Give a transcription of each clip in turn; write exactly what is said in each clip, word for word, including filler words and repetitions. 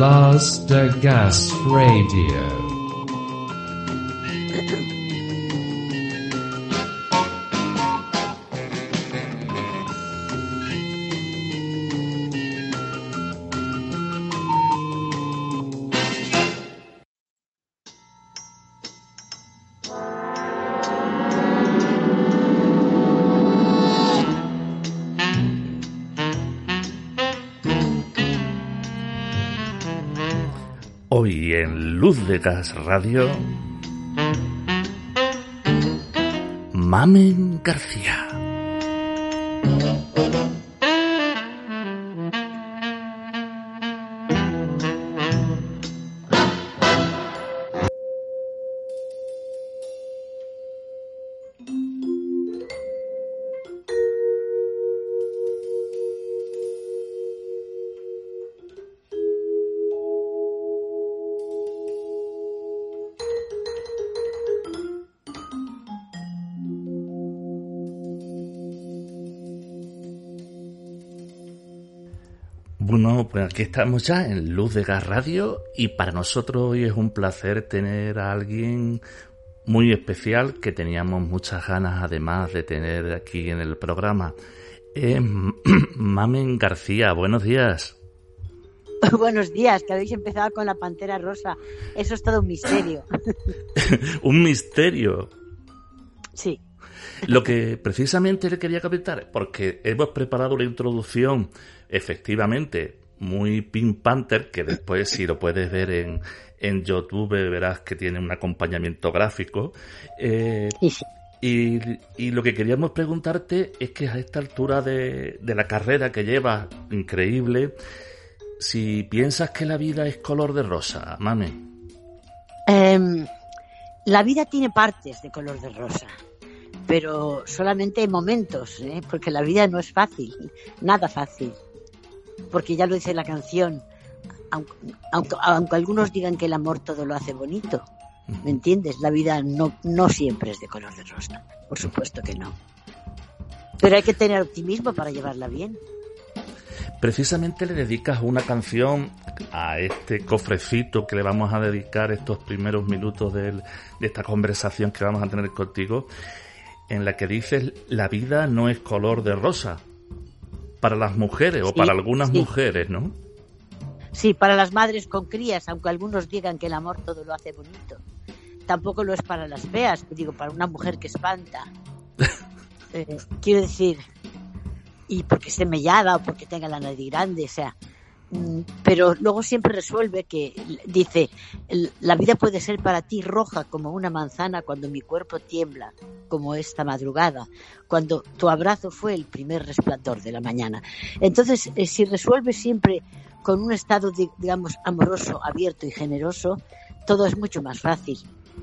Lars de Gas Radio. Hoy en Luz de Gas Radio, Mamen García. Bueno, pues aquí estamos ya en Luz de Gas Radio y para nosotros hoy es un placer tener a alguien muy especial que teníamos muchas ganas además de tener aquí en el programa. Eh, Mamen García, buenos días. Buenos días, que habéis empezado con la Pantera Rosa. Eso es todo un misterio. ¿Un misterio? Sí. Lo que precisamente le quería comentar, porque hemos preparado una introducción efectivamente muy Pink Panther, que después si lo puedes ver en, en YouTube verás que tiene un acompañamiento gráfico. Eh, sí. y, y lo que queríamos preguntarte es que a esta altura de, de la carrera que llevas, increíble, si piensas que la vida es color de rosa, Mame. Eh, la vida tiene partes de color de rosa, pero solamente momentos, ¿eh? Porque la vida no es fácil, nada fácil. Porque ya lo dice la canción, aunque, aunque, aunque algunos digan que el amor todo lo hace bonito, ¿me entiendes? La vida no, no siempre es de color de rosa, por supuesto que no. Pero hay que tener optimismo para llevarla bien. Precisamente le dedicas una canción a este cofrecito que le vamos a dedicar estos primeros minutos de, de esta conversación que vamos a tener contigo, en la que dices, la vida no es color de rosa. Para las mujeres, o sí, para algunas sí. mujeres, ¿no? Sí, para las madres con crías, aunque algunos digan que el amor todo lo hace bonito. Tampoco lo es para las feas, digo, para una mujer que espanta. eh, quiero decir, y porque esté mellada o porque tenga la nariz grande, o sea... Pero luego siempre resuelve que dice, la vida puede ser para ti roja como una manzana cuando mi cuerpo tiembla, como esta madrugada, cuando tu abrazo fue el primer resplandor de la mañana. Entonces, eh, si resuelve siempre con un estado, de, digamos, amoroso, abierto y generoso, todo es mucho más fácil.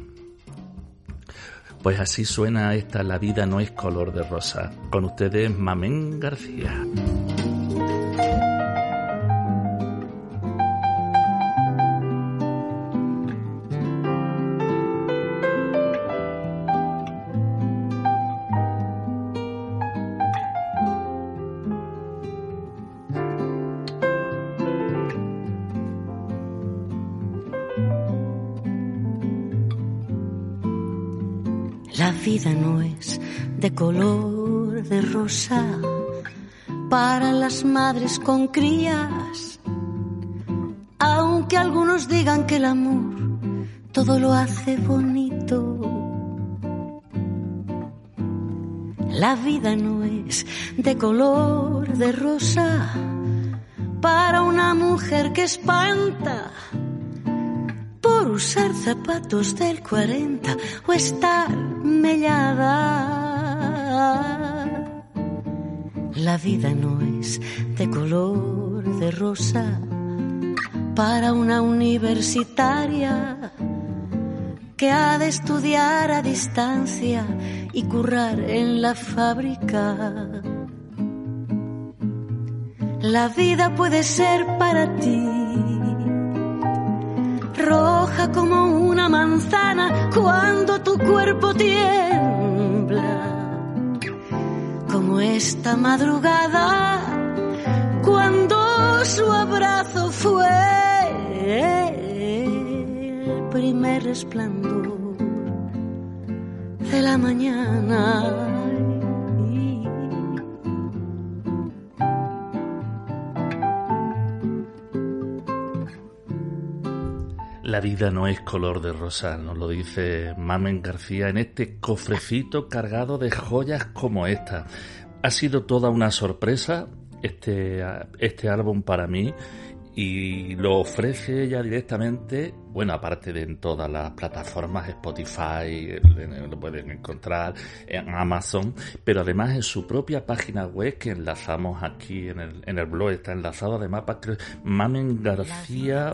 Pues así suena esta La vida no es color de rosa. Con ustedes, Mamen García. La vida no es de color de rosa para las madres con crías, aunque algunos digan que el amor todo lo hace bonito. La vida no es de color de rosa para una mujer que espanta por usar zapatos del cuarenta o estar mellada. La vida no es de color de rosa para una universitaria que ha de estudiar a distancia y currar en la fábrica. La vida puede ser para ti roja como una manzana cuando tu cuerpo tiembla, como esta madrugada cuando su abrazo fue el primer resplandor de la mañana. La vida no es color de rosa, nos lo dice Mamen García en este cofrecito cargado de joyas como esta. Ha sido toda una sorpresa este, este álbum para mí, y lo ofrece ella directamente, bueno, aparte de en todas las plataformas, Spotify, lo pueden encontrar en Amazon, pero además en su propia página web que enlazamos aquí en el, en el blog, está enlazado además para mamen garcía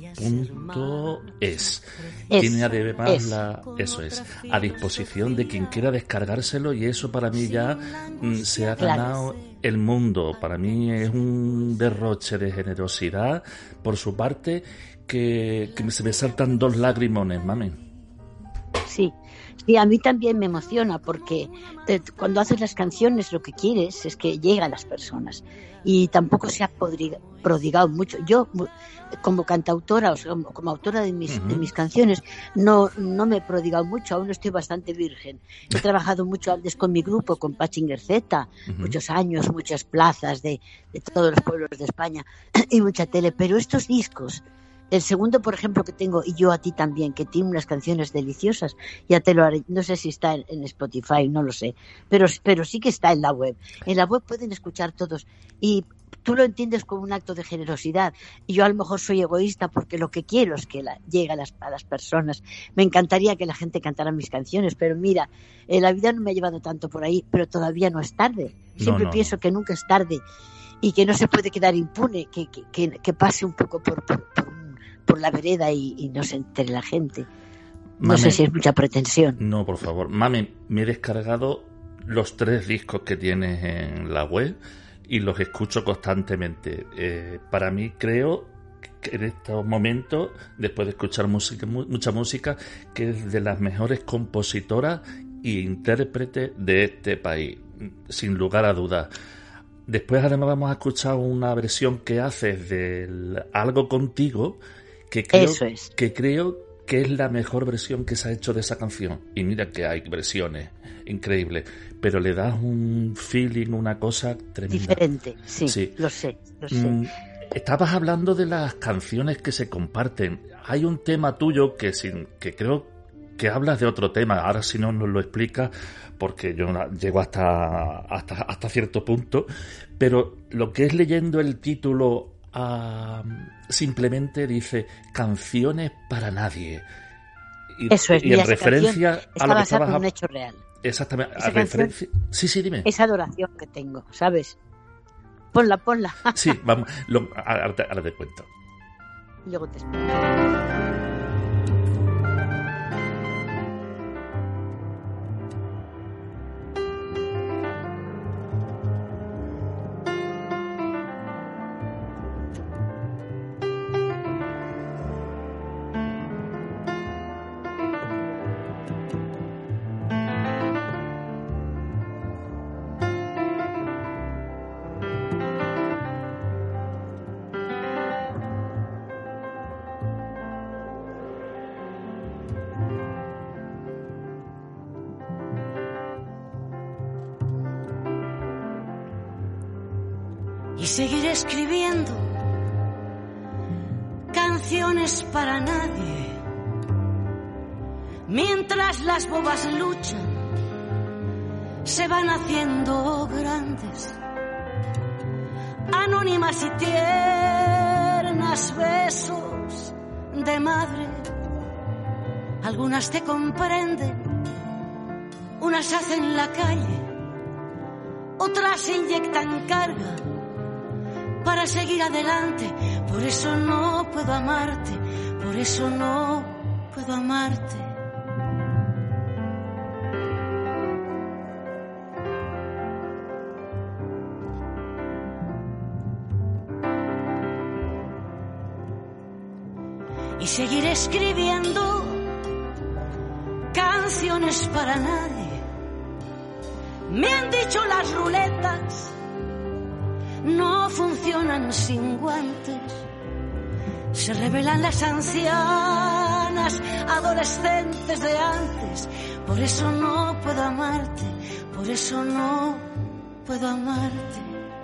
punto es. Tiene además es. la, eso es, a disposición de quien quiera descargárselo, y eso para mí ya mm, se ha ganado claro. el mundo. Para mí es un derroche de generosidad por su parte que, que se me saltan dos lagrimones, mamen. Sí, sí, a mí también me emociona porque te, cuando haces las canciones lo que quieres es que lleguen a las personas, y tampoco se ha podriga, prodigado mucho. Yo como cantautora, o sea, como, como autora de mis, uh-huh. de mis canciones, no, no me he prodigado mucho, aún estoy bastante virgen. He trabajado mucho antes con mi grupo, con Pachinger Z, uh-huh. muchos años, muchas plazas de, de todos los pueblos de España y mucha tele, pero estos discos, el segundo, por ejemplo, que tengo, y Yo a ti también, que tiene unas canciones deliciosas, ya te lo haré, no sé si está en, en Spotify, no lo sé, pero, pero sí que está en la web. En la web pueden escuchar todos, y tú lo entiendes como un acto de generosidad, y yo a lo mejor soy egoísta porque lo que quiero es que la, llegue a las, a las personas. Me encantaría que la gente cantara mis canciones, pero mira, eh, la vida no me ha llevado tanto por ahí, pero todavía no es tarde. Siempre no, no, pienso no. que nunca es tarde, y que no se puede quedar impune, que, que, que, que pase un poco por, por, por por la vereda y, y no se entere la gente. No Mame, sé si es mucha pretensión. No, por favor. Mame, me he descargado los tres discos que tienes en la web y los escucho constantemente. Eh, para mí creo que en estos momentos, después de escuchar música, mucha música, que es de las mejores compositoras e intérpretes de este país, sin lugar a dudas. Después además vamos a escuchar una versión que haces de Algo Contigo, que creo, Eso es. que creo que es la mejor versión que se ha hecho de esa canción. Y mira que hay versiones increíbles, pero le das un feeling, una cosa tremenda. Diferente, sí, sí. lo sé, lo sé. Mm, estabas hablando de las canciones que se comparten. Hay un tema tuyo que, sin, que creo que hablas de otro tema. Ahora si no nos lo explicas, porque yo llego hasta, hasta, hasta cierto punto, pero lo que es leyendo el título uh, simplemente dice Canciones para nadie. Y, Eso es, y en referencia a lo que estabas en un hecho real. Exactamente. A referencia... Sí, sí, dime. Esa adoración que tengo, ¿sabes? Ponla, ponla. Sí, vamos, lo, ahora, te, ahora te cuento. Y luego te explico. Y seguiré escribiendo canciones para nadie, mientras las bobas luchan, se van haciendo grandes, anónimas y tiernas, besos de madre. Algunas te comprenden, unas hacen la calle, otras inyectan carga para seguir adelante. Por eso no puedo amarte, por eso no puedo amarte. Y seguiré escribiendo canciones para nadie. Me han dicho las ruletas no funcionan sin guantes, se revelan las ancianas, adolescentes de antes. Por eso no puedo amarte, por eso no puedo amarte.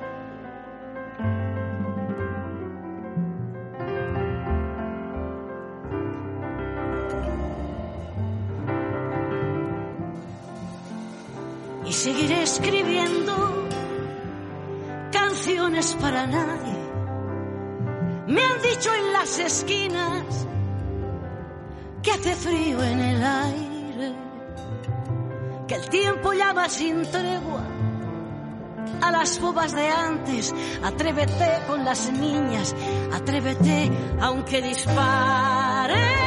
Y seguiré escribiendo canciones para nadie. Me han dicho en las esquinas que hace frío en el aire, que el tiempo llama sin tregua a las bobas de antes. Atrévete con las niñas, atrévete aunque dispare.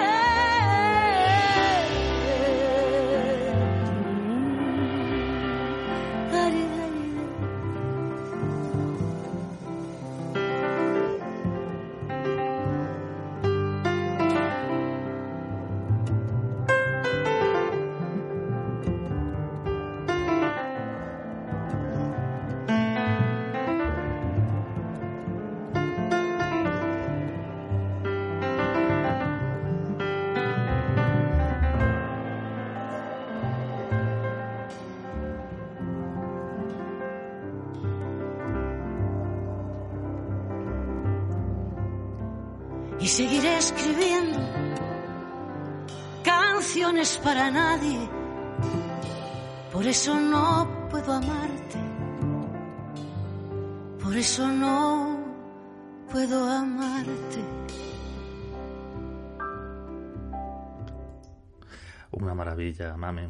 Y seguiré escribiendo canciones para nadie. Por eso no puedo amarte, por eso no puedo amarte. Una maravilla, Mamen.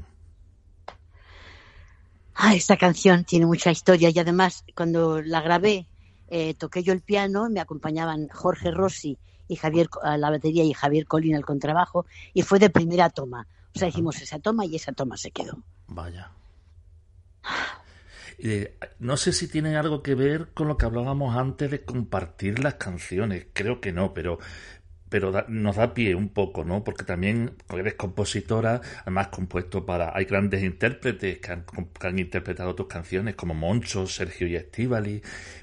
Ah, esta canción tiene mucha historia y además cuando la grabé eh, toqué yo el piano, me acompañaban Jorge Rossi y Javier a la batería y Javier Colín al contrabajo, y fue de primera toma. O sea, hicimos esa toma y esa toma se quedó. Vaya. Eh, no sé si tiene algo que ver con lo que hablábamos antes de compartir las canciones. Creo que no, pero pero da, nos da pie un poco, ¿no? Porque también eres compositora, además compuesto para... Hay grandes intérpretes que han, que han interpretado tus canciones, como Moncho, Sergio y Estíbaliz.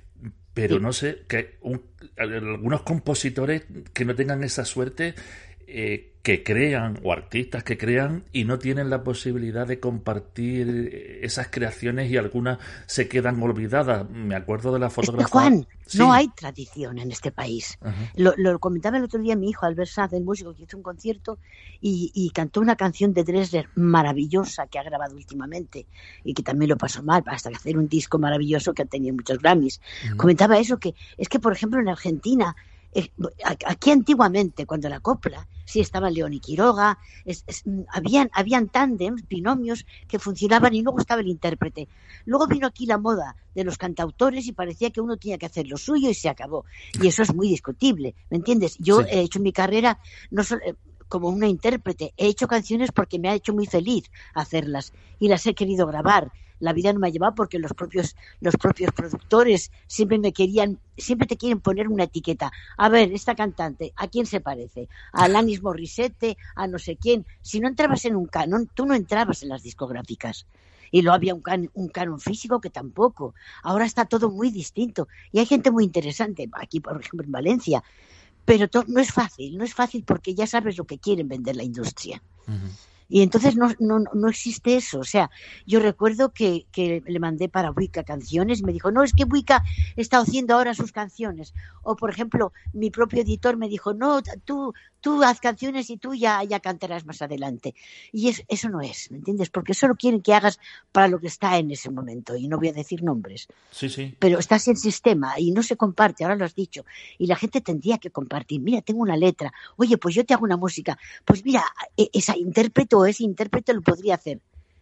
Pero no sé, que un, algunos compositores que no tengan esa suerte, eh, que crean, o artistas que crean y no tienen la posibilidad de compartir esas creaciones y algunas se quedan olvidadas. Me acuerdo de la fotografía. Juan, sí. No hay tradición en este país. Uh-huh. Lo, lo comentaba el otro día mi hijo, Albert Sanz, el músico que hizo un concierto y, y cantó una canción de Dresler maravillosa que ha grabado últimamente y que también lo pasó mal hasta hacer un disco maravilloso que ha tenido muchos Grammys. Uh-huh. Comentaba eso, que es que, por ejemplo, en Argentina, eh, aquí antiguamente, cuando la copla, sí estaba León y Quiroga, es, es, habían, habían tándems, binomios que funcionaban y luego estaba el intérprete. Luego vino aquí la moda de los cantautores y parecía que uno tenía que hacer lo suyo y se acabó. Y eso es muy discutible, ¿me entiendes? Yo sí. he hecho mi carrera no solo como una intérprete, he hecho canciones porque me ha hecho muy feliz hacerlas y las he querido grabar. La vida no me ha llevado porque los propios los propios productores siempre me querían, siempre te quieren poner una etiqueta. A ver, esta cantante, ¿a quién se parece? A Alanis Morissette, a no sé quién. Si no entrabas en un canon, tú no entrabas en las discográficas. Y luego había un, can, un canon físico que tampoco. Ahora está todo muy distinto. Y hay gente muy interesante, aquí por ejemplo en Valencia. Pero to- no es fácil, no es fácil porque ya sabes lo que quieren vender la industria. Uh-huh. Y entonces no, no, no existe eso. O sea, yo recuerdo que, que le mandé para Wicca canciones y me dijo, no, es que Wicca está haciendo ahora sus canciones. O, por ejemplo, mi propio editor me dijo, no, tú, tú haz canciones y tú ya, ya cantarás más adelante. Y es, eso no es, ¿me entiendes? Porque solo quieren que hagas para lo que está en ese momento. Y no voy a decir nombres. Sí, sí. Pero estás en sistema y no se comparte, ahora lo has dicho. Y la gente tendría que compartir. Mira, tengo una letra. Oye, pues yo te hago una música. Pues mira, esa intérprete o ese intérprete lo podría hacer.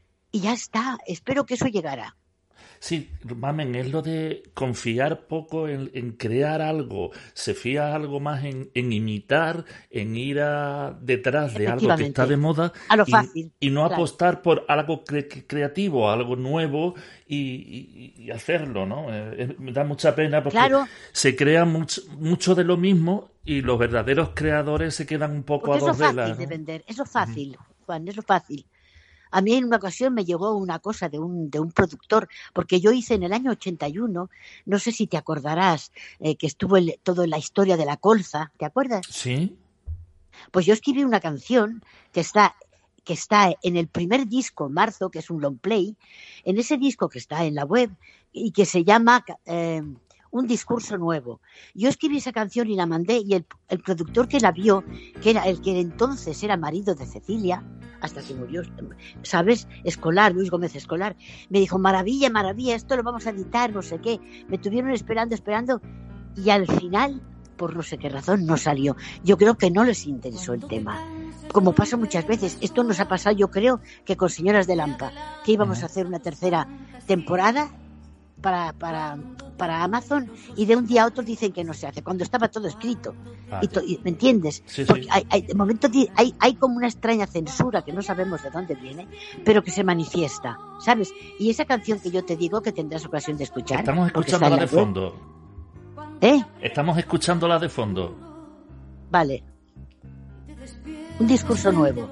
Y ya está. Espero que eso llegara. Sí, Mamen, es lo de confiar poco en, en crear algo. Se fía algo más en, en imitar, en ir a, detrás de algo que está de moda. A lo y, fácil. Y no claro. apostar por algo cre- creativo, algo nuevo y, y, y hacerlo, ¿no? Eh, me da mucha pena porque claro. se crea mucho, mucho de lo mismo y los verdaderos creadores se quedan un poco porque a dos velas. velas. Es lo fácil ¿no? de vender. Es lo fácil, uh-huh. Juan, es lo fácil. A mí en una ocasión me llegó una cosa de un, de un productor, porque yo hice en el año ochenta y uno, no sé si te acordarás, eh, que estuvo el, todo en la historia de la colza, ¿te acuerdas? Sí. Pues yo escribí una canción que está... que está en el primer disco, Marzo, que es un long play, en ese disco que está en la web y que se llama eh, Un discurso nuevo. Yo escribí esa canción y la mandé y el, el productor que la vio, que era el que entonces era marido de Cecilia, hasta que murió, ¿sabes? Escolar, Luis Gómez Escolar, me dijo, maravilla, maravilla, esto lo vamos a editar, no sé qué. Me tuvieron esperando, esperando y al final, por no sé qué razón, no salió. Yo creo que no les interesó el tema. Como pasa muchas veces, esto nos ha pasado, yo creo, que con Señoras de Lampa, que íbamos a hacer una tercera temporada para, para, para Amazon y de un día a otro dicen que no se hace, cuando estaba todo escrito. Ah, y to, y, ¿me entiendes? Sí, Porque sí. Hay, hay, de momento hay, hay como una extraña censura que no sabemos de dónde viene, pero que se manifiesta, ¿sabes? Y esa canción que yo te digo que tendrás ocasión de escuchar. Estamos escuchándola de fondo. ¿Eh? Estamos escuchándola de fondo. Vale. Un discurso nuevo.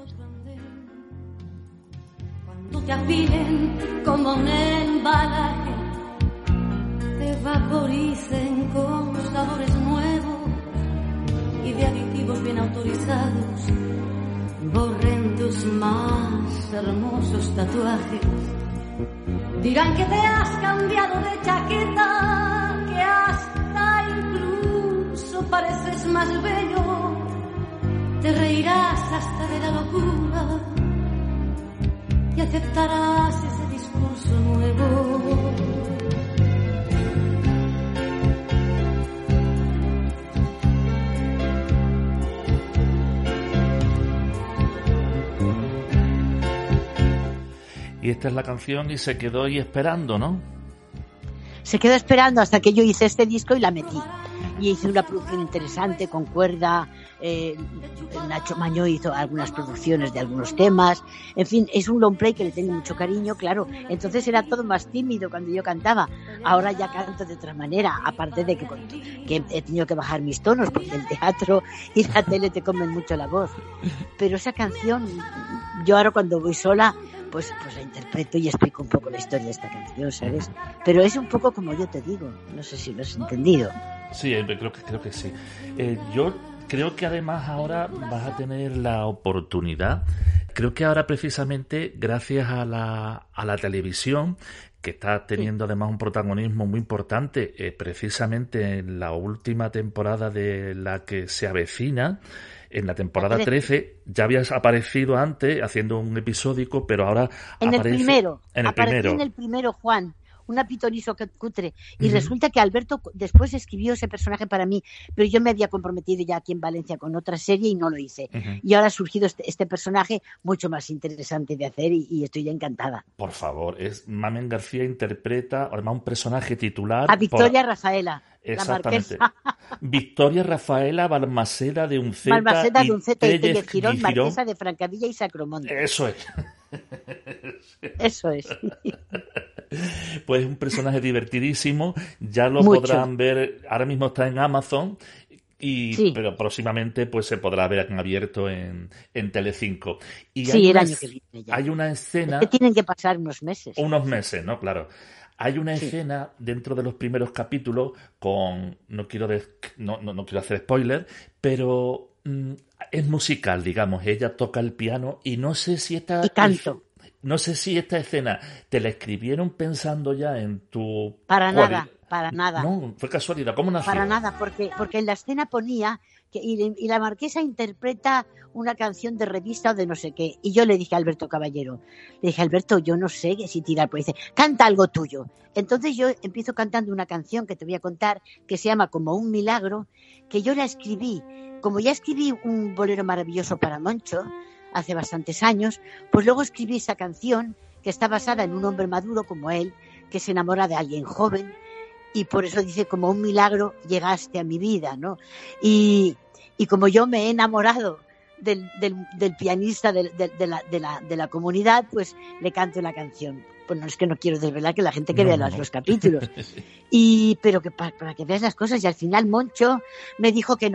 Cuando te apilen como un embalaje, te vaporicen con sabores nuevos y de aditivos bien autorizados, borren tus más hermosos tatuajes. Dirán que te has cambiado de chaqueta, que hasta incluso pareces más bello. Te reirás hasta de la locura y aceptarás ese discurso nuevo. Y esta es la canción y se quedó ahí esperando, ¿no? Se quedó esperando hasta que yo hice este disco y la metí. Y hice una producción interesante con cuerda, eh, Nacho Mañó hizo algunas producciones de algunos temas, en fin, es un long play que le tengo mucho cariño, claro. Entonces era todo más tímido cuando yo cantaba, ahora ya canto de otra manera, aparte de que, que he tenido que bajar mis tonos porque el teatro y la tele te comen mucho la voz. Pero esa canción, yo ahora cuando voy sola, pues, pues la interpreto y explico un poco la historia de esta canción, ¿sabes? Pero es un poco como yo te digo, no sé si lo has entendido. Sí, creo que, creo que sí. Eh, yo creo que además ahora vas a tener la oportunidad, creo que ahora precisamente gracias a la, a la televisión, que está teniendo además un protagonismo muy importante, eh, precisamente en la última temporada de la que se avecina, en la temporada trece, ya habías aparecido antes haciendo un episódico, pero ahora en aparece... el primero, en el aparecí primero. en el primero, Juan, una pitonizo cutre, y uh-huh. Resulta que Alberto después escribió ese personaje para mí, pero yo me había comprometido ya aquí en Valencia con otra serie y no lo hice. Uh-huh. Y ahora ha surgido este, este personaje mucho más interesante de hacer y, y estoy ya encantada. Por favor, es Mamen García interpreta además un personaje titular... A Victoria por... Rafaela. Exactamente. Victoria Rafaela Balmaceda de Unceta, Balmaceda de Unceta y Tellez Girón, Girón, Marquesa de Francavilla y Sacromonte. Eso es. Eso es. Pues es un personaje divertidísimo, ya lo Mucho. podrán ver, ahora mismo está en Amazon, y sí. pero próximamente pues se podrá ver en abierto en, en Telecinco. Y sí, hay el una, año que viene ya. Hay una escena... Es que tienen que pasar unos meses. Unos meses, ¿no? Claro. Hay una sí. escena dentro de los primeros capítulos con... No quiero, de, no, no, no quiero hacer spoiler, pero mm, es musical, digamos. Ella toca el piano y no sé si esta... Y canto. No sé si esta escena te la escribieron pensando ya en tu... Para cual... nada, para nada. No, fue casualidad. ¿Cómo nació? Para nada, porque, porque en la escena ponía que y, y la marquesa interpreta una canción de revista o de no sé qué. Y yo le dije a Alberto Caballero, le dije, Alberto, yo no sé si tirar, pues dice, canta algo tuyo. Entonces yo empiezo cantando una canción que te voy a contar, que se llama Como un milagro, que yo la escribí, como ya escribí un bolero maravilloso para Moncho, hace bastantes años, pues luego escribí esa canción que está basada en un hombre maduro como él, que se enamora de alguien joven, y por eso dice, como un milagro llegaste a mi vida, ¿no? Y, y como yo me he enamorado del, del, del pianista de, de, de, la, de, la, de la comunidad, pues le canto la canción. Pues no es que no quiero desvelar que la gente que no, vea no. los, los capítulos. Y, pero que para, para que veas las cosas, y al final Moncho me dijo que no,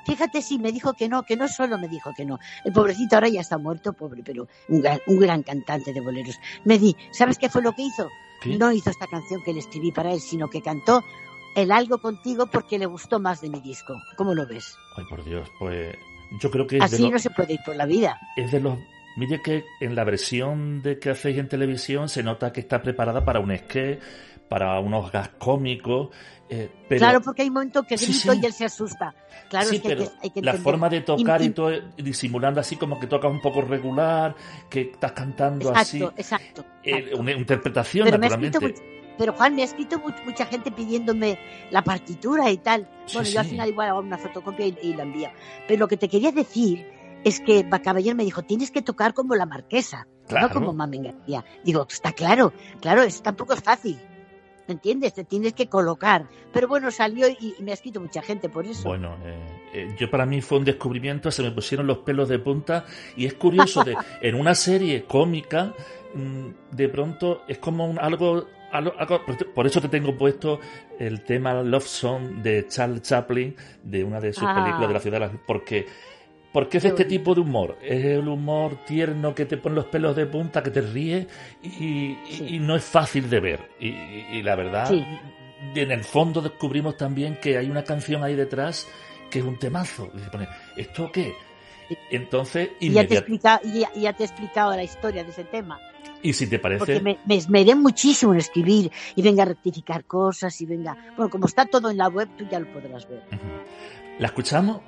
Fíjate, sí, me dijo que no, que no solo me dijo que no. El pobrecito ahora ya está muerto, pobre, pero un gran, un gran cantante de boleros. Me di, ¿sabes qué fue lo que hizo? ¿Qué? No hizo esta canción que le escribí para él, sino que cantó El Algo Contigo porque le gustó más de mi disco. ¿Cómo lo ves? Ay, por Dios, pues yo creo que es Así de, lo, no se puede ir por la vida. es de los... Mire que en la versión de que hacéis en televisión se nota que está preparada para un sketch, para unos gas cómicos. Eh, pero... Claro, porque hay un momento que grito sí, sí. y él se asusta. Claro, sí, es que pero hay que, hay que la entender. forma de tocar y, y, y todo, disimulando así como que tocas un poco regular, que estás cantando exacto, así. Exacto, Eh, exacto. una interpretación, Pero me ha naturalmente. escrito mucho, pero Juan, me ha escrito much, mucha gente pidiéndome la partitura y tal. Sí, Bueno, sí. yo al final igual hago una fotocopia y, y la envío. Pero lo que te quería decir es que Bacaballero me dijo, tienes que tocar como la Marquesa, Claro. no como Mamen García. Digo, está claro, claro, eso tampoco es fácil. ¿Me entiendes? Te tienes que colocar. Pero bueno, salió y, y me ha escrito mucha gente por eso. Bueno, eh, eh, yo para mí fue un descubrimiento, se me pusieron los pelos de punta y es curioso, de en una serie cómica, mmm, de pronto es como un, algo, algo, algo... Por eso te tengo puesto el tema Love Song de Charles Chaplin, de una de sus Ah. películas de la ciudad de las... Porque, porque es Qué este bonito. tipo de humor, es el humor tierno que te pone los pelos de punta, que te ríe y, y- Sí. y no es fácil de ver. Y, y- y la verdad... Sí. Y en el fondo descubrimos también que hay una canción ahí detrás que es un temazo. Y se pone, ¿esto qué? Sí. Entonces, Y ya, te he inmediat- explicado, y ya, ya te he explicado la historia de ese tema. y si te Porque parece, me, me esmeré muchísimo en escribir y venga a rectificar cosas y venga... Bueno, como está todo en la web, tú ya lo podrás ver. Ujú. ¿La escuchamos?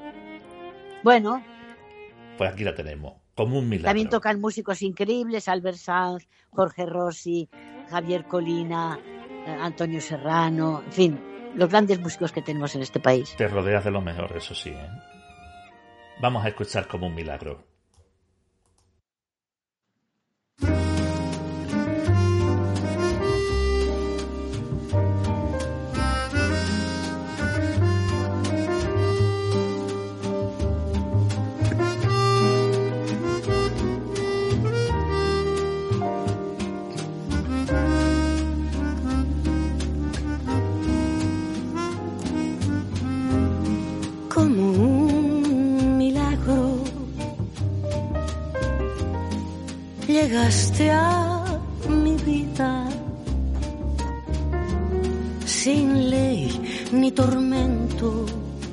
Bueno, Pues aquí la tenemos, como un milagro. también tocan músicos increíbles, Albert Sanz, Jorge Rossi, Javier Colina, eh, Antonio Serrano, en fin, los grandes músicos que tenemos en este país. Te rodeas de lo mejor, eso sí, ¿eh? Vamos a escuchar como un milagro. Como un milagro llegaste a mi vida sin ley ni tormento,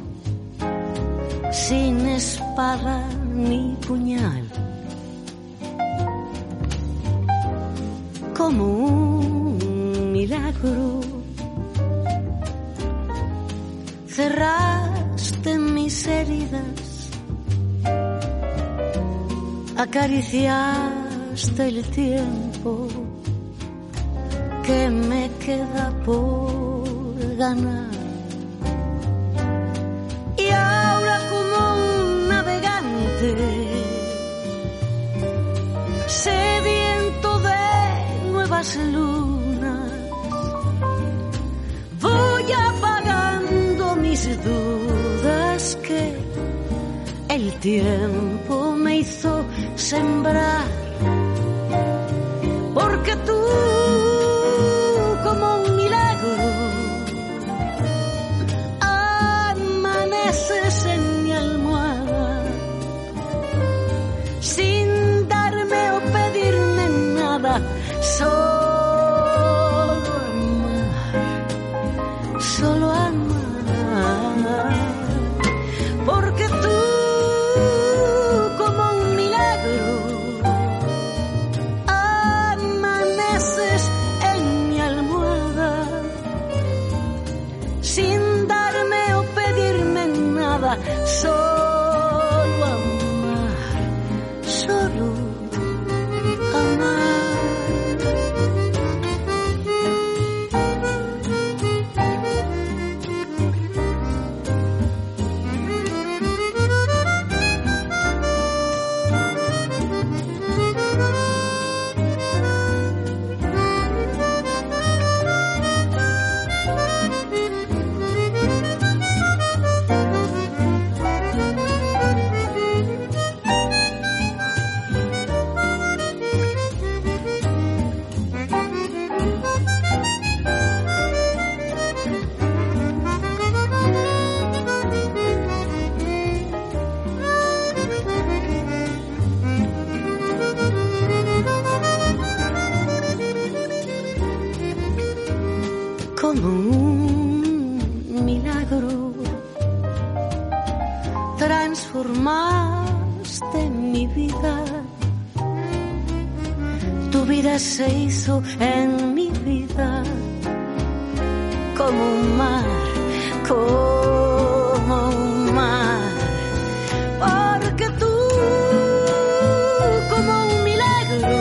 sin espada ni puñal. Como un milagro cerraste mis heridas, acariciaste el tiempo que me queda por ganar. Y ahora como un navegante sediento de nuevas lunas, voy apagando mis dudas que el tiempo me hizo sembrar, porque tú, como un milagro, amaneces en mi almohada sin darme o pedirme nada, solo amar, solo amar, porque tú, como un milagro, amaneces como un milagro, transformaste mi vida. Tu vida se hizo en mi vida como un mar, como un mar, porque tú como un milagro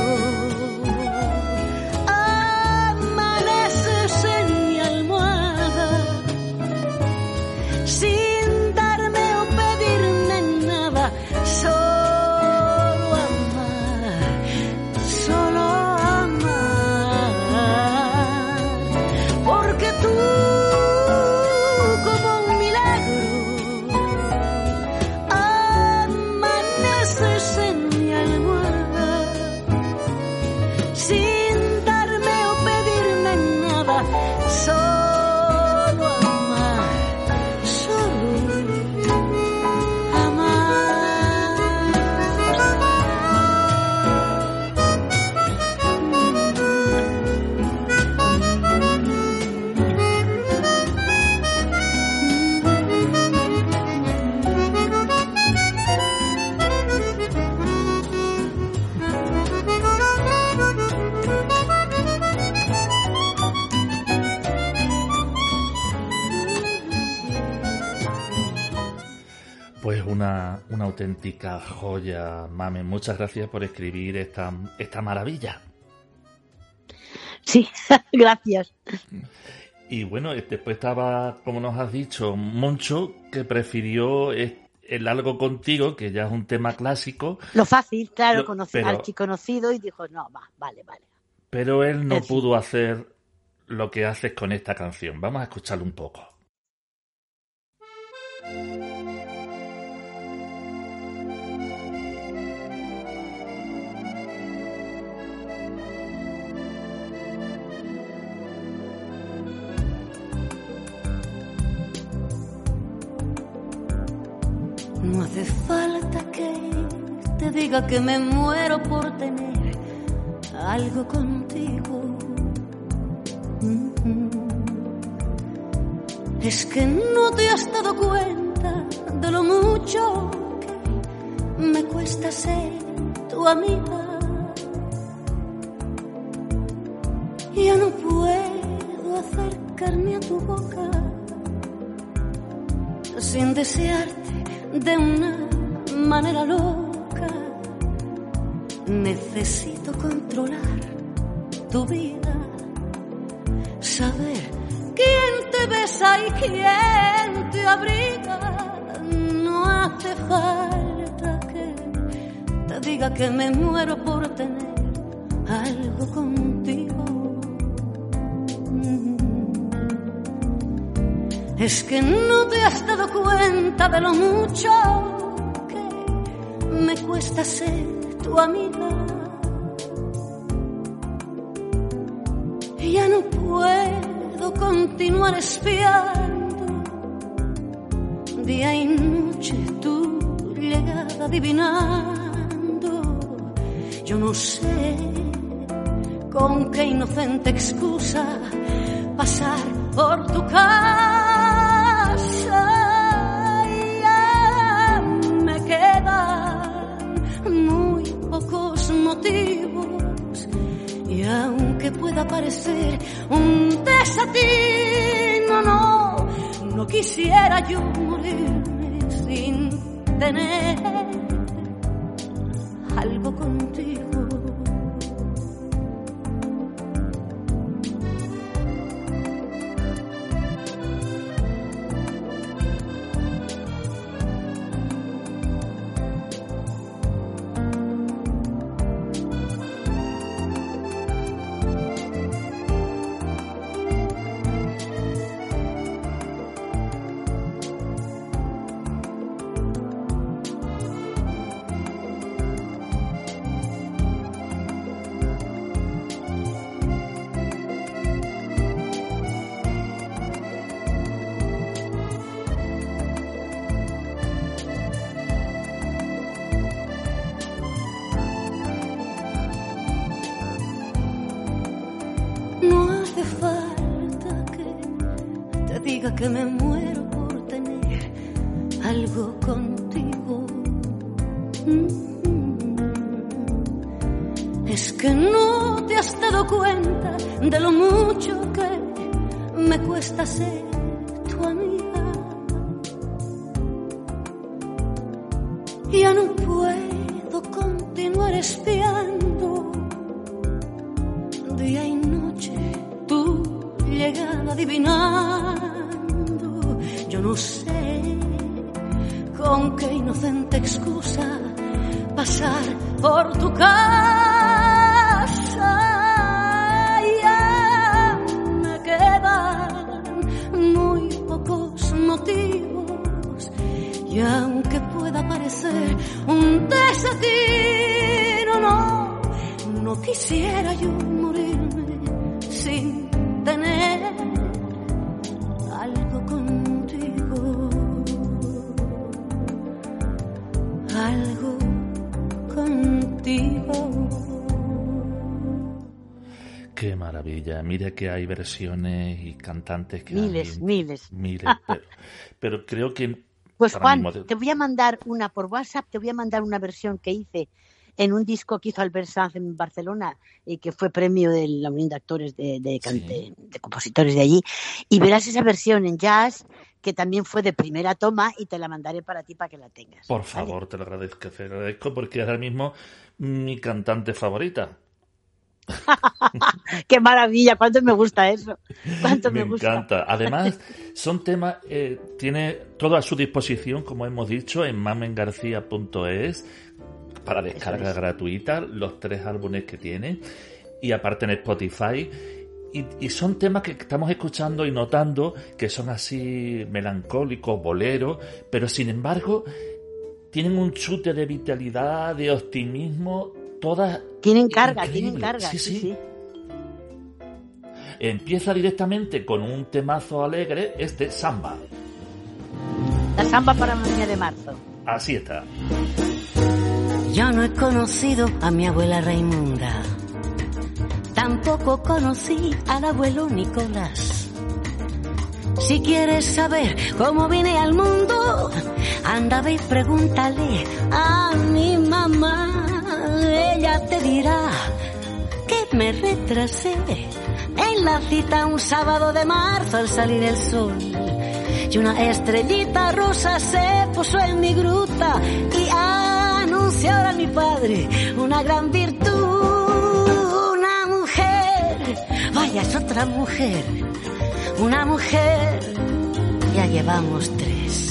amaneces en mi almohada sin darme o pedirme nada, solo amar, solo amar, porque tú como un milagro amaneces en mi almohada sin darme o pedirme nada, solo amar, solo Pues una, una auténtica joya, Mamen. Muchas gracias por escribir esta, esta maravilla. Sí, gracias. Y bueno, después estaba, como nos has dicho, Moncho, que prefirió el Algo contigo, que ya es un tema clásico. Lo fácil, claro, Lo- conocer pero- al conocido y dijo, no, va, vale, vale. Pero él no En fin. pudo hacer lo que haces con esta canción. Vamos a escucharlo un poco. No hace falta que te diga que me muero por tener algo contigo. Mm-hmm. Es que no te has dado cuenta de lo mucho que me cuesta ser tu amiga. Ya no puedo acercarme a tu boca sin desearte de una manera loca. Necesito controlar tu vida, saber quién te besa y quién te abriga. No hace falta que te diga que me muero por tener algo contigo. Es que no te has dado cuenta de lo mucho que me cuesta ser tu amiga. Ya no puedo continuar espiando día y noche tu llegada adivinando. Yo no sé con qué inocente excusa pasar por tu casa. Ya me quedan muy pocos motivos, y aunque pueda parecer un desatino, no, no quisiera yo morirme sin tener algo contigo. No hace falta que diga que me muero por tener algo contigo. Es que no te has dado cuenta de lo mucho que me cuesta ser tu amiga. Ya no puedo continuar espiando día y noche tu llegada adivinando. Yo no sé con qué inocente excusa pasar por tu casa. Ya me quedan muy pocos motivos, y aunque pueda parecer un desatino, no, no quisiera yo morirme sin tener algo contigo, algo contigo. Qué maravilla. Mira que hay versiones y cantantes que miles, hay, miles. Miles, pero, pero creo que... Pues Juan, mismo... te voy a mandar una por WhatsApp, te voy a mandar una versión que hice en un disco que hizo Albert Sanz en Barcelona y que fue premio de la Unión de Actores de, de, Sí. de, de compositores de allí, y verás esa versión en jazz que también fue de primera toma, y te la mandaré para ti para que la tengas. Por ¿vale? favor, te lo agradezco, te lo agradezco porque es ahora mismo mi cantante favorita. ¡Qué maravilla! ¿Cuánto me gusta eso? ¿Cuánto me, Me gusta? encanta. Además, son temas, eh, tiene todo a su disposición, como hemos dicho, en mamengarcia punto es para descarga es. gratuita, los tres álbumes que tiene, y aparte en Spotify. Y, y son temas que estamos escuchando y notando que son así melancólicos, boleros, pero sin embargo tienen un chute de vitalidad, de optimismo, todas... Tienen carga, increíble. tienen carga. Sí, Sí, sí. sí. Empieza directamente con un temazo alegre, este Samba. La samba para mañana de marzo. Así está. Yo no he conocido a mi abuela Raimunda, tampoco conocí al abuelo Nicolás. Si quieres saber cómo vine al mundo, anda ve y pregúntale a mi mamá. Ella te dirá que me retrasé en la cita un sábado de marzo al salir el sol, y una estrellita rosa se puso en mi gruta y anunció a mi padre una gran virtud. Una mujer, vaya, es otra mujer, una mujer, ya llevamos tres.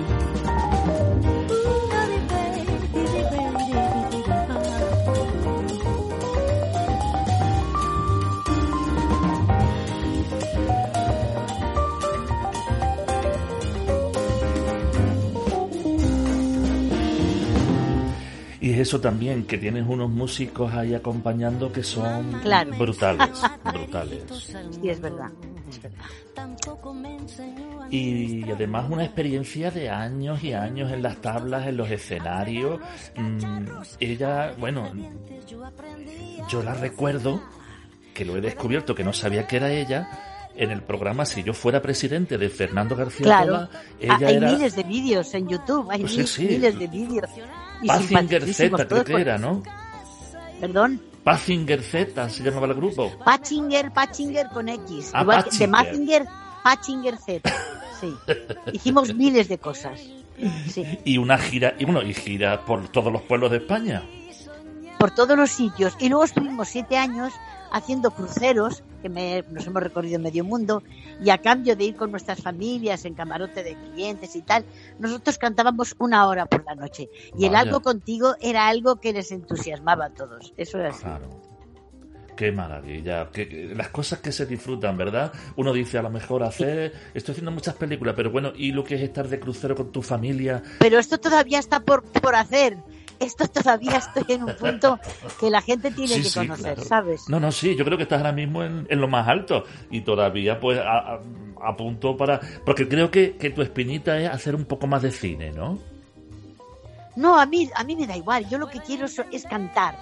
Y es eso también, que tienes unos músicos ahí acompañando que son Claro. brutales, brutales. Sí, es verdad. Es verdad. Y además una experiencia de años y años en las tablas, en los escenarios. Mm, ella, bueno, yo la recuerdo, que lo he descubierto, que no sabía que era ella, en el programa Si yo fuera presidente de Fernando García Claro. Tola. Ella hay era miles de vídeos en YouTube, hay Pues sí, mil- sí. miles de vídeos. Y Pazinger simpaticísimos Z, creo todos, que pues. era, ¿no? Perdón. Pazinger Z se llamaba el grupo. Pachinger, Pachinger con X. Ah, Igual que de Pachinger. Mazinger, Pachinger Z. Sí. Hicimos miles de cosas. Sí. Y una gira, y bueno, y gira por todos los pueblos de España. Por todos los sitios. Y luego estuvimos siete años haciendo cruceros, que me- nos hemos recorrido medio mundo, y a cambio de ir con nuestras familias en camarote de clientes y tal, nosotros cantábamos una hora por la noche. Y el Vaya. algo contigo era algo que les entusiasmaba a todos. Eso era así. Claro. Qué maravilla. Que, que- las cosas que se disfrutan, ¿verdad? Uno dice, a lo mejor hacer... Estoy haciendo muchas películas, pero bueno, ¿y lo que es estar de crucero con tu familia? Pero esto todavía está por, por hacer. Esto todavía estoy en un punto que la gente tiene Sí, que sí, conocer, claro. ¿sabes? No, no, sí, yo creo que estás ahora mismo en, en lo más alto. Y todavía, pues, a, a, a punto para... Porque creo que, que tu espinita es hacer un poco más de cine, ¿no? No, a mí, a mí me da igual. Yo lo que quiero so- es cantar.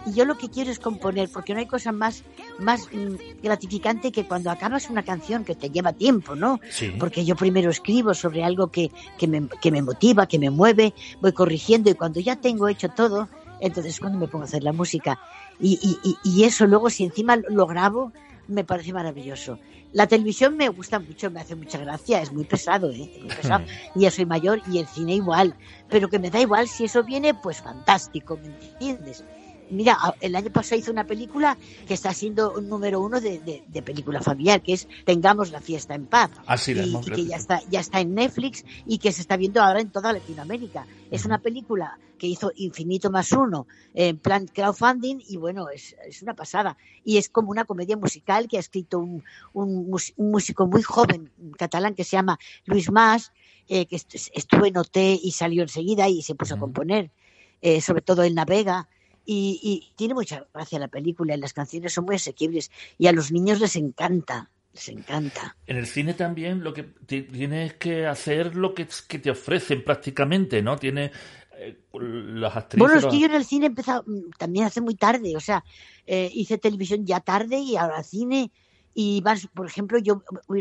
y yo lo que quiero es componer, porque no hay cosa más, más mm, gratificante que cuando acabas una canción que te lleva tiempo, ¿no? Sí. Porque yo primero escribo sobre algo que, que, me, que me motiva, que me mueve, voy corrigiendo y cuando ya tengo hecho todo, entonces cuando me pongo a hacer la música. Y, y, y eso luego, si encima lo grabo, me parece maravilloso. La televisión me gusta mucho, me hace mucha gracia, es muy pesado, ¿eh? Es muy pesado. Y ya soy mayor y el cine igual. Pero que me da igual, si eso viene, pues fantástico, ¿me entiendes? Mira, el año pasado hice una película que está siendo un número uno de, de, de película familiar, que es Tengamos la fiesta en paz. Ah, sí, y, y que ya está, ya está en Netflix y que se está viendo ahora en toda Latinoamérica. Es uh-huh. una película que hizo Infinito más uno en plan crowdfunding y bueno, es, es una pasada. Y es como una comedia musical que ha escrito un, un, un músico muy joven catalán que se llama Luis Mas, eh, que estuvo en O T y salió enseguida y se puso uh-huh. a componer, eh, sobre todo en Navega. Y, y tiene mucha gracia la película y las canciones son muy asequibles y a los niños les encanta, les encanta. En el cine también lo que tienes que hacer lo que, que te ofrecen prácticamente, ¿no? Tiene eh, las actrices... Bueno, es que yo en el cine he empezado también hace muy tarde, o sea, eh, hice televisión ya tarde y ahora cine y más, por ejemplo, yo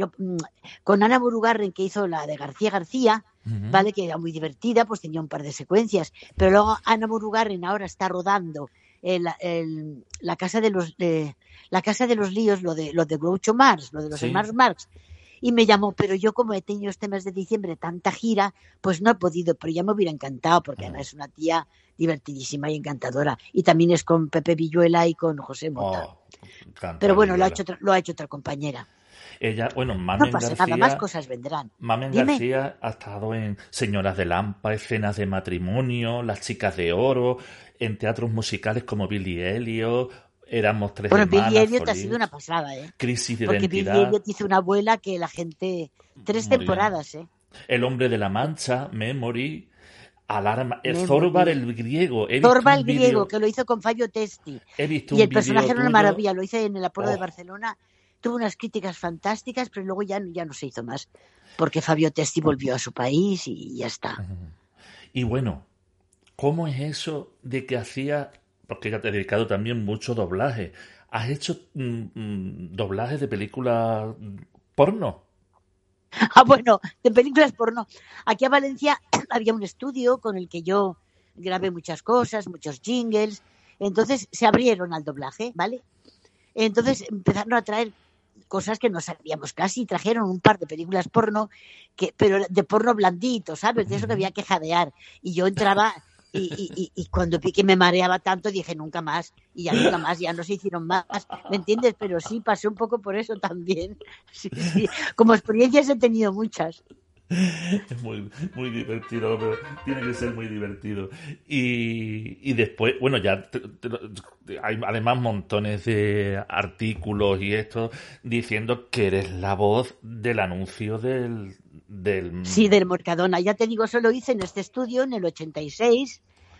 con Ana Murugarren, que hizo la de García García, uh-huh. ¿vale? Que era muy divertida, pues tenía un par de secuencias. Pero luego Ana Murugarren ahora está rodando el, el, la casa de los de, la casa de los líos, lo de lo de Groucho Marx, lo de los sí. hermanos Marx. Y me llamó, pero yo como he tenido este mes de diciembre tanta gira, pues no he podido, pero ya me hubiera encantado, porque además es una tía divertidísima y encantadora. Y también es con Pepe Villuela y con José Mota. Oh, pero bueno, lo ha, hecho otra, lo ha hecho otra compañera. Ella, bueno, Mamen no pasa García, nada, más cosas vendrán. Mamen Dime. García ha estado en Señoras de Lampa, Escenas de Matrimonio, Las Chicas de Oro, en teatros musicales como Billy Elliot, Éramos Tres bueno, Hermanas. Bueno, Billy Elliot ha sido una pasada, ¿eh? Crisis de Porque Identidad. Billy Elliot hizo una abuela que la gente... Tres Muy temporadas, bien. ¿eh? El Hombre de la Mancha, Memory... Alarma, el Zorba el griego. Zorba el griego, que lo hizo con Fabio Testi. He visto y un el personaje era una tuyo. maravilla, lo hice en el Apolo oh. de Barcelona. Tuvo unas críticas fantásticas, pero luego ya, ya no se hizo más. Porque Fabio Testi volvió a su país y ya está. Y bueno, ¿cómo es eso de que hacía, porque ya te he dedicado también mucho doblaje, has hecho mmm, doblajes de películas porno? Ah, bueno, de películas porno. Aquí a Valencia había un estudio con el que yo grabé muchas cosas, muchos jingles. Entonces se abrieron al doblaje, ¿vale? Entonces empezaron a traer cosas que no sabíamos casi. Trajeron un par de películas porno, que, pero de porno blandito, ¿sabes? De eso que había que jadear. Y yo entraba... Y, y, y cuando vi que me mareaba tanto dije nunca más y ya nunca más, ya no se hicieron más, ¿me entiendes? Pero sí, pasé un poco por eso también. Sí, sí. Como experiencias he tenido muchas. Es muy, muy divertido, pero tiene que ser muy divertido. Y, y después, bueno, ya te, te, hay además montones de artículos y esto diciendo que eres la voz del anuncio del... del... Sí, del Mercadona. Ya te digo, eso lo hice en este estudio en el ochenta y seis.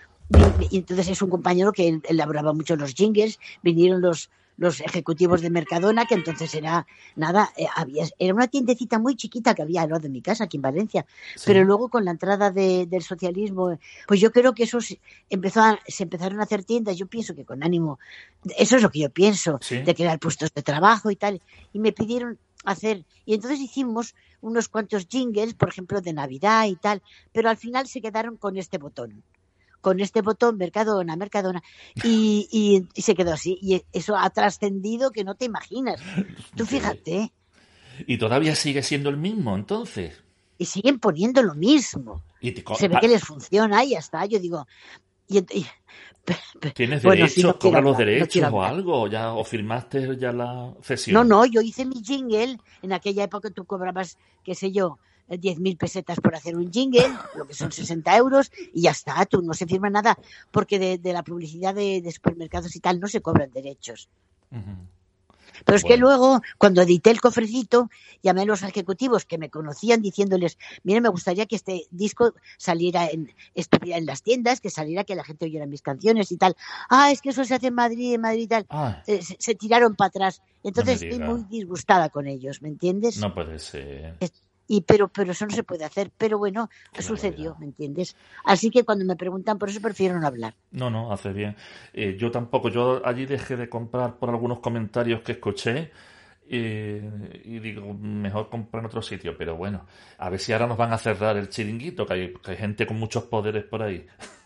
Y entonces es un compañero que elaboraba mucho los jingles. Vinieron los los ejecutivos de Mercadona, que entonces era nada, eh, había, era una tiendecita muy chiquita que había al lado de mi casa, aquí en Valencia, sí. Pero luego con la entrada de, del socialismo, pues yo creo que eso se, empezó a, se empezaron a hacer tiendas, yo pienso que con ánimo, eso es lo que yo pienso, sí. De crear puestos de trabajo y tal, y me pidieron hacer, y entonces hicimos unos cuantos jingles, por ejemplo, de Navidad y tal, pero al final se quedaron con este botón. con este botón Mercadona, Mercadona, y, y, y se quedó así. Y eso ha trascendido que no te imaginas. Tú fíjate. Y todavía sigue siendo el mismo, entonces. Y siguen poniendo lo mismo. Y te... Se ve que les funciona y ya está. Yo digo... Y, y, ¿Tienes bueno, derechos? sí, no ¿Cobras los hablar, derechos no o algo? ¿Ya, ¿O firmaste ya la cesión? No, no, yo hice mi jingle. En aquella época tú cobrabas, qué sé yo, diez mil pesetas por hacer un jingle, lo que son sesenta euros, y ya está, tú no se firma nada, porque de, de la publicidad de, de supermercados y tal no se cobran derechos. Uh-huh. Pero es bueno. Que luego, cuando edité el cofrecito, llamé a los ejecutivos que me conocían diciéndoles, mire, me gustaría que este disco saliera en, estuviera en las tiendas, que saliera, que la gente oyera mis canciones y tal. Ah, es que eso se hace en Madrid, en Madrid y tal. Ah. Se, se tiraron para atrás. Entonces no estoy muy disgustada con ellos, ¿me entiendes? No puede ser. Es, Y pero pero eso no se puede hacer. Pero bueno, claro, sucedió, ¿me entiendes? Así que cuando me preguntan por eso prefiero no hablar. No, no, hace bien. Eh, yo tampoco. Yo allí dejé de comprar por algunos comentarios que escuché eh, y digo, mejor comprar en otro sitio. Pero bueno, a ver si ahora nos van a cerrar el chiringuito, que hay, que hay gente con muchos poderes por ahí.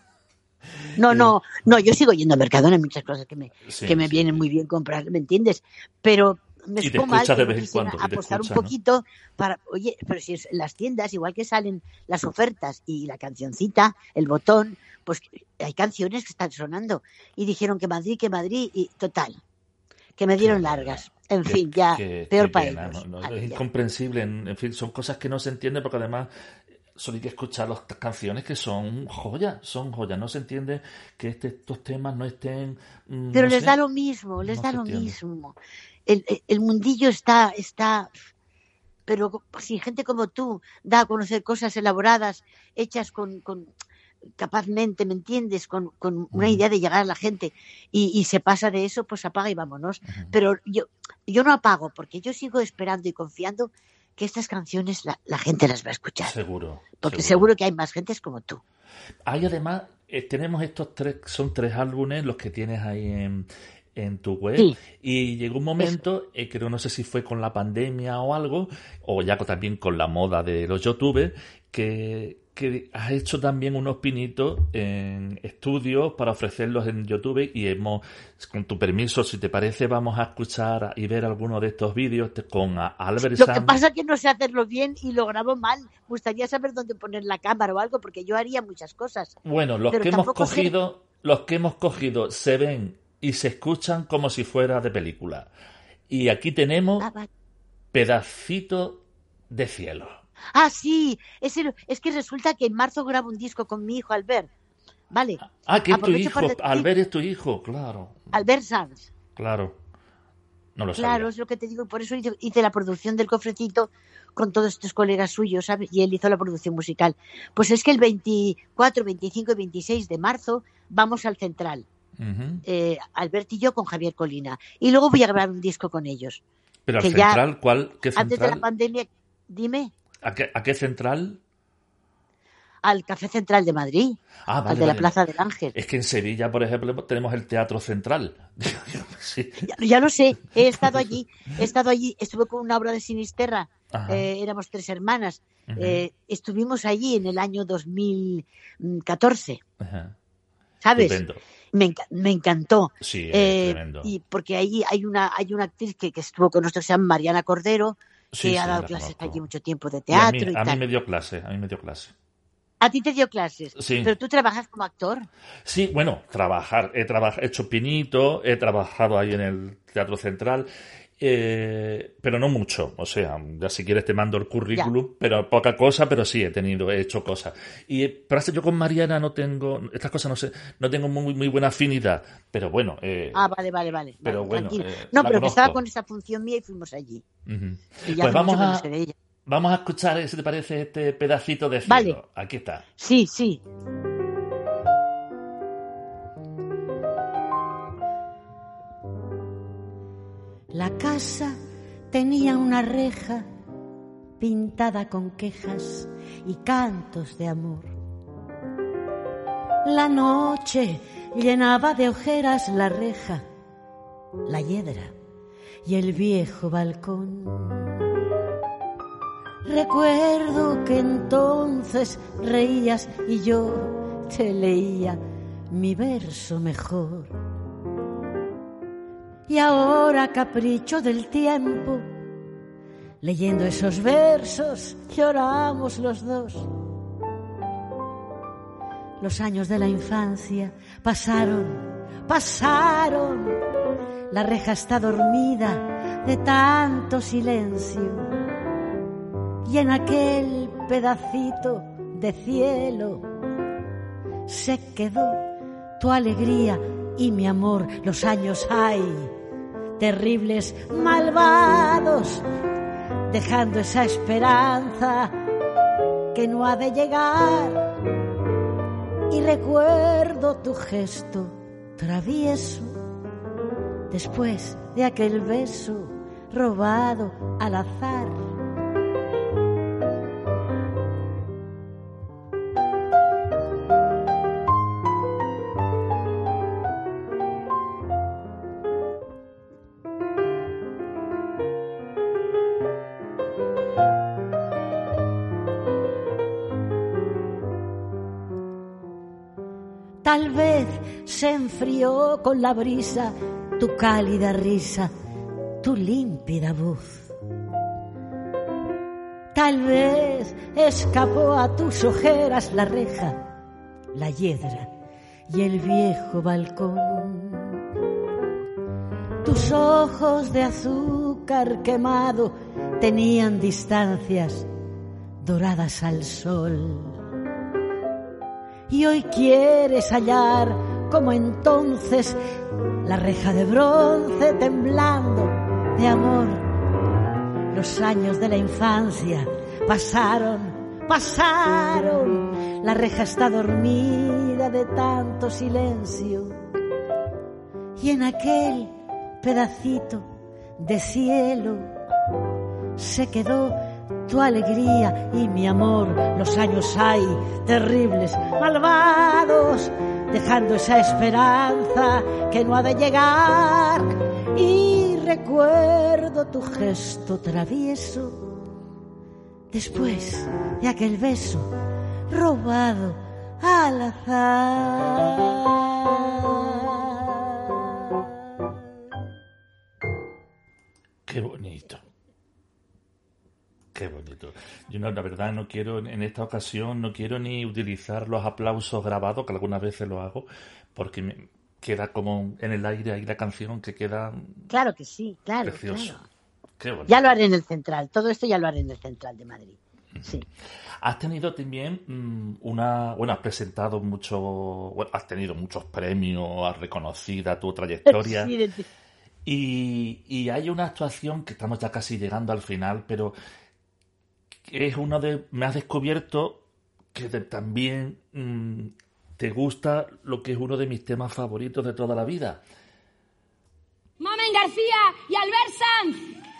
No, no, no, yo sigo yendo a Mercadona, hay muchas cosas que me, Sí, que me sí, vienen sí. muy bien comprar, ¿me entiendes? Pero me Y te supo mal escuchas que de no vez en quisiera cuando, y te apostar escuchas, un ¿no? poquito para, oye, pero si es en las tiendas, igual que salen las ofertas y la cancioncita, el botón, pues hay canciones que están sonando. Y dijeron que Madrid, que Madrid, y total, que me dieron largas. En Qué- fin, ya, qué- peor qué para pena, ellos. no, no, Vale, es ya. incomprensible. En, en fin, son cosas que no se entienden porque además solo hay que escuchar las canciones que son joyas, son joyas. No se entiende que este, estos temas no estén... mm, Pero no les sé, da lo mismo, les no da se lo entiende. mismo. El, el, el mundillo está, está, pero si gente como tú da a conocer cosas elaboradas, hechas con, con capazmente, ¿me entiendes? Con, con una Ujú, idea de llegar a la gente y, y se pasa de eso, pues apaga y vámonos. ujú. Pero yo, yo no apago porque yo sigo esperando y confiando que estas canciones la, la gente las va a escuchar. Seguro, Porque seguro. seguro que hay más gentes como tú. Hay además, eh, tenemos estos tres, son tres álbumes los que tienes ahí en, en tu web, Sí, y llegó un momento, eh, creo, no sé si fue con la pandemia o algo, o ya con- también con la moda de los youtubers, que, que has hecho también unos pinitos en estudios para ofrecerlos en YouTube, y hemos, con tu permiso, si te parece, vamos a escuchar y ver algunos de estos vídeos te- con a- Albert lo que Sanz. pasa es que no sé hacerlo bien y lo grabo mal. Me gustaría saber dónde poner la cámara o algo, porque yo haría muchas cosas. Bueno, los Pero que hemos tampoco sé. cogido, los que hemos cogido se ven y se escuchan como si fuera de película. Y aquí tenemos Ah, vale. Pedacito de cielo. Ah, sí, es, el- es que resulta que en marzo grabo un disco con mi hijo Albert. Vale, Ah, que es tu aprovecho hijo. para decir, Albert es tu hijo, claro, Albert Sanz. claro. No lo Claro, sabía. es lo que te digo, y por eso hice, hice la producción del cofrecito con todos estos colegas suyos, ¿sabes? Y él hizo la producción musical. Pues es que el veinticuatro, veinticinco y veintiséis de marzo vamos al Central, Ujú. eh, Albert y yo con Javier Colina. Y luego voy a grabar un disco con ellos. Pero al Que ya central, ¿cuál? ¿Qué antes de la central? pandemia, dime, ¿A qué, a qué central? al Café Central de Madrid, Ah, al vale, de la vale. Plaza del Ángel. Es que en Sevilla, por ejemplo, tenemos el Teatro Central. Sí. Ya, ya lo sé, he estado allí, he estado allí, estuve con una obra de Sinisterra, Ajá. eh, éramos tres hermanas, Ujú. eh, estuvimos allí en el año dos mil catorce, Ajá. ¿sabes? Estupendo. Me, enca- me encantó. Sí, es Eh, tremendo. y porque ahí hay una hay una actriz que, que estuvo con nosotros, se llama Mariana Cordero, que Sí, ha sí, dado la clases conozco. allí mucho tiempo de Y a mí, teatro y, a mí tal. me dio clase, a mí me dio clase. A ti te dio clases, Sí. pero tú trabajas como actor. Sí, bueno, trabajar. He traba- he hecho pinito, he trabajado ahí en el Teatro Central, eh, pero no mucho. O sea, ya si quieres te mando el currículum, pero poca cosa, pero sí he tenido, he hecho cosas. Y eh, pero hasta yo con Mariana no tengo, estas cosas no sé, no tengo muy, muy buena afinidad, pero bueno. Eh, Ah, vale, vale, vale. Pero vale, bueno, tranquilo. eh, no, la pero que estaba conozco. con esa función mía y fuimos allí. Ujú. Y Pues ya hace vamos mucho que no a, sé de ella. vamos a escuchar, si te parece, este pedacito de cielo. Vale. Aquí está. Sí, sí. La casa tenía una reja pintada con quejas y cantos de amor. La noche llenaba de ojeras la reja, la hiedra y el viejo balcón. Recuerdo que entonces reías y yo te leía mi verso mejor. Y ahora, capricho del tiempo, leyendo esos versos, lloramos los dos. Los años de la infancia pasaron, pasaron. La reja está dormida de tanto silencio. Y en aquel pedacito de cielo se quedó tu alegría y mi amor. Los años hay, terribles, malvados, dejando esa esperanza que no ha de llegar. Y recuerdo tu gesto travieso después de aquel beso robado al azar. Tal vez se enfrió con la brisa tu cálida risa, tu límpida voz. Tal vez escapó a tus ojeras la reja, la hiedra y el viejo balcón. Tus ojos de azúcar quemado tenían distancias doradas al sol. Y hoy quieres hallar, como entonces, la reja de bronce temblando de amor. Los años de la infancia pasaron, pasaron. La reja está dormida de tanto silencio. Y en aquel pedacito de cielo se quedó tu alegría y mi amor. Los años hay terribles, malvados, dejando esa esperanza que no ha de llegar. Y recuerdo tu gesto travieso después de aquel beso robado al azar. Qué bonito. Qué bonito. Yo no, la verdad no quiero, en esta ocasión, no quiero ni utilizar los aplausos grabados, que algunas veces lo hago, porque me queda como en el aire ahí la canción que queda. Claro que sí, claro, precioso. claro. Qué bonito. Ya lo haré en el Central, todo esto ya lo haré en el Central de Madrid. Sí. Has tenido también mmm, una, bueno, has presentado mucho, bueno, has tenido muchos premios, has reconocida tu trayectoria. Sí, de... y, y hay una actuación que estamos ya casi llegando al final, pero es uno de, me has descubierto que de, también mmm, te gusta lo que es uno de mis temas favoritos de toda la vida. Mamen García y Albert Sanz.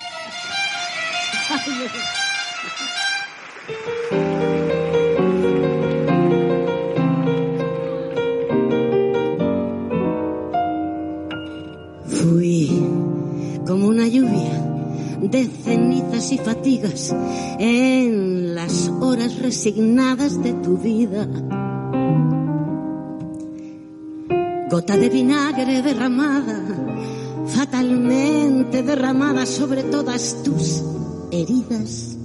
Fui como una lluvia de cenizas y fatigas en las horas resignadas de tu vida. Gota de vinagre derramada, fatalmente derramada sobre todas tus heridas.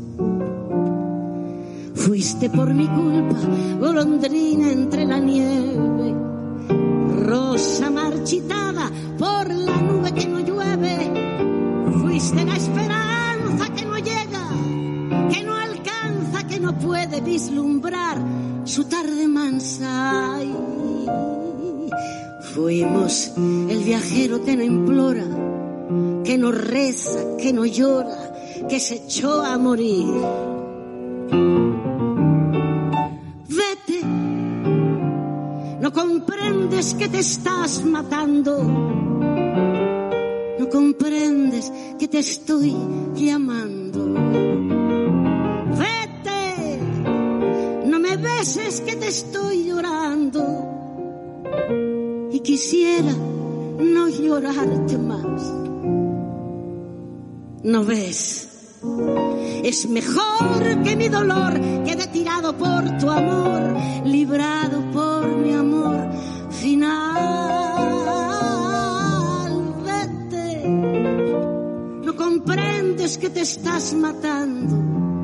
Fuiste por mi culpa, golondrina entre la nieve, rosa marchitada por la nube que no llueve. Fuiste la esperanza que no llega, que no alcanza, que no puede vislumbrar su tarde mansa. Ay, fuimos el viajero que no implora, que no reza, que no llora, que se echó a morir. Vete, no comprendes que te estás matando, no comprendes que te estoy llamando. Vete, no me beses que te estoy llorando. Y quisiera no llorarte más. ¿No ves? Es mejor que mi dolor quede tirado por tu amor, librado por mi amor final. Vete, no comprendes que te estás matando,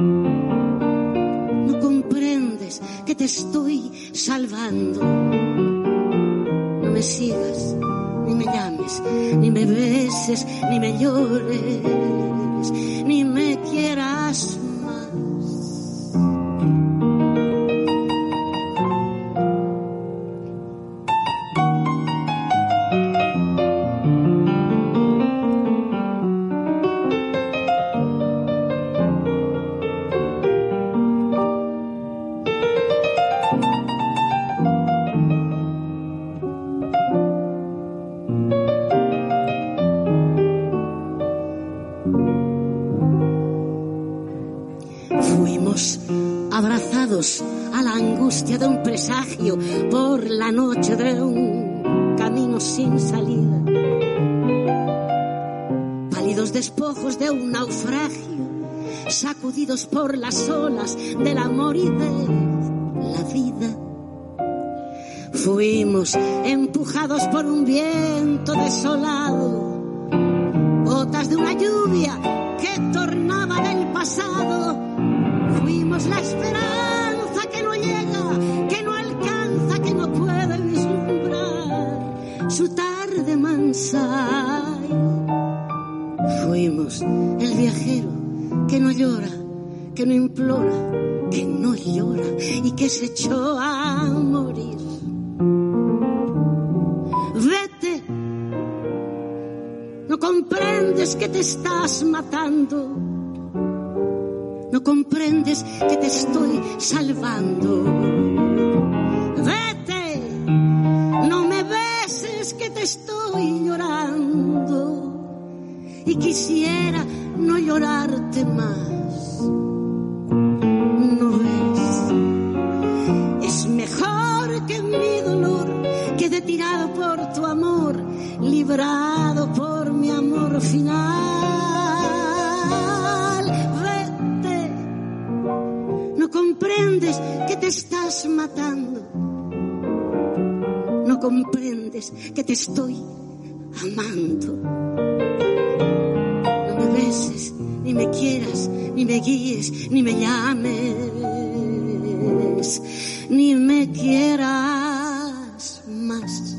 no comprendes que te estoy salvando. No me sigas, ni me llames, ni me beses, ni me llores, ni me quieras más. Abrazados a la angustia de un presagio por la noche de un camino sin salida, pálidos despojos de un naufragio, sacudidos por las olas del amor y de la vida. Fuimos empujados por un viento desolado, gotas de una lluvia que tornaba del pasado. Fuimos la esperanza que no llega, que no alcanza, que no puede vislumbrar su tarde mansa. Fuimos el viajero que no llora, que no implora, que no llora y que se echó a morir. Vete, no comprendes que te estás matando, no comprendes que te estoy salvando. Vete, no me beses que te estoy llorando y quisiera no llorarte más. ¿No ves? Es mejor que mi dolor quede tirado por tu amor, librado por mi amor final. Vete, no comprendes que te estás matando, no comprendes que te estoy amando. No me beses, ni me quieras, ni me guíes, ni me llames, ni me quieras más.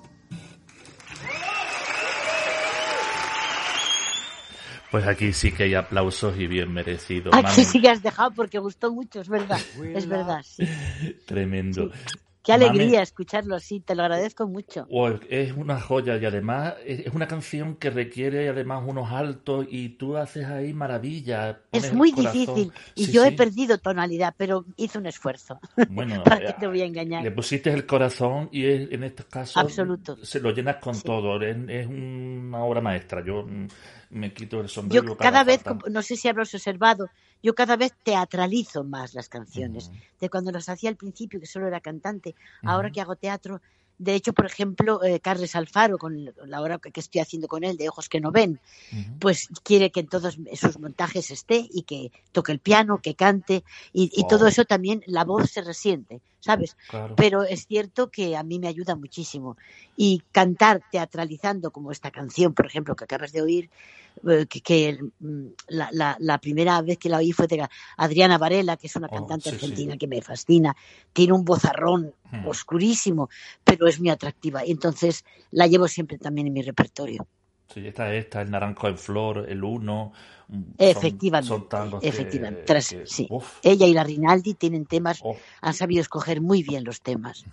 Pues aquí sí que hay aplausos y bien merecidos. Aquí sí que has dejado porque gustó mucho, es verdad, es verdad, sí. Tremendo. Sí. Qué alegría Mame, escucharlo así, te lo agradezco mucho. wow, es una joya y además es una canción que requiere además unos altos y tú haces ahí maravillas. Es muy difícil y sí, yo sí. he perdido tonalidad, pero hice un esfuerzo. Bueno, ¿Para qué te voy a engañar? Le pusiste el corazón y es, en estos casos Absoluto. se lo llenas con Sí. todo. Es, es una obra maestra. Yo mm, me quito el sombrero. Yo cada cada vez, falta. no sé si habrás observado, yo cada vez teatralizo más las canciones. Ujú. De cuando las hacía al principio, que solo era cantante, Ujú. ahora que hago teatro. De hecho, por ejemplo, eh, Carles Alfaro, con la obra que estoy haciendo con él, de Ojos que no ven, Ujú. pues quiere que en todos sus montajes esté y que toque el piano, que cante, y, y Oh. todo eso también, la voz se resiente, ¿sabes? Claro. Pero es cierto que a mí me ayuda muchísimo. Y cantar teatralizando como esta canción, por ejemplo, que acabas de oír, eh, que, que mm, la, la, la primera vez que la oí fue de Adriana Varela, que es una Oh, cantante sí, sí. argentina que me fascina, tiene un vozarrón Hmm. oscurísimo, pero es muy atractiva y entonces la llevo siempre también en mi repertorio. Sí, esta es esta, el Naranjo en Flor, el Uno. mm, son- Efectivamente, Son, tangos que- efectivamente. Tras- que, sí. uf, Ella y la Rinaldi tienen temas, oh. han sabido escoger muy bien los temas.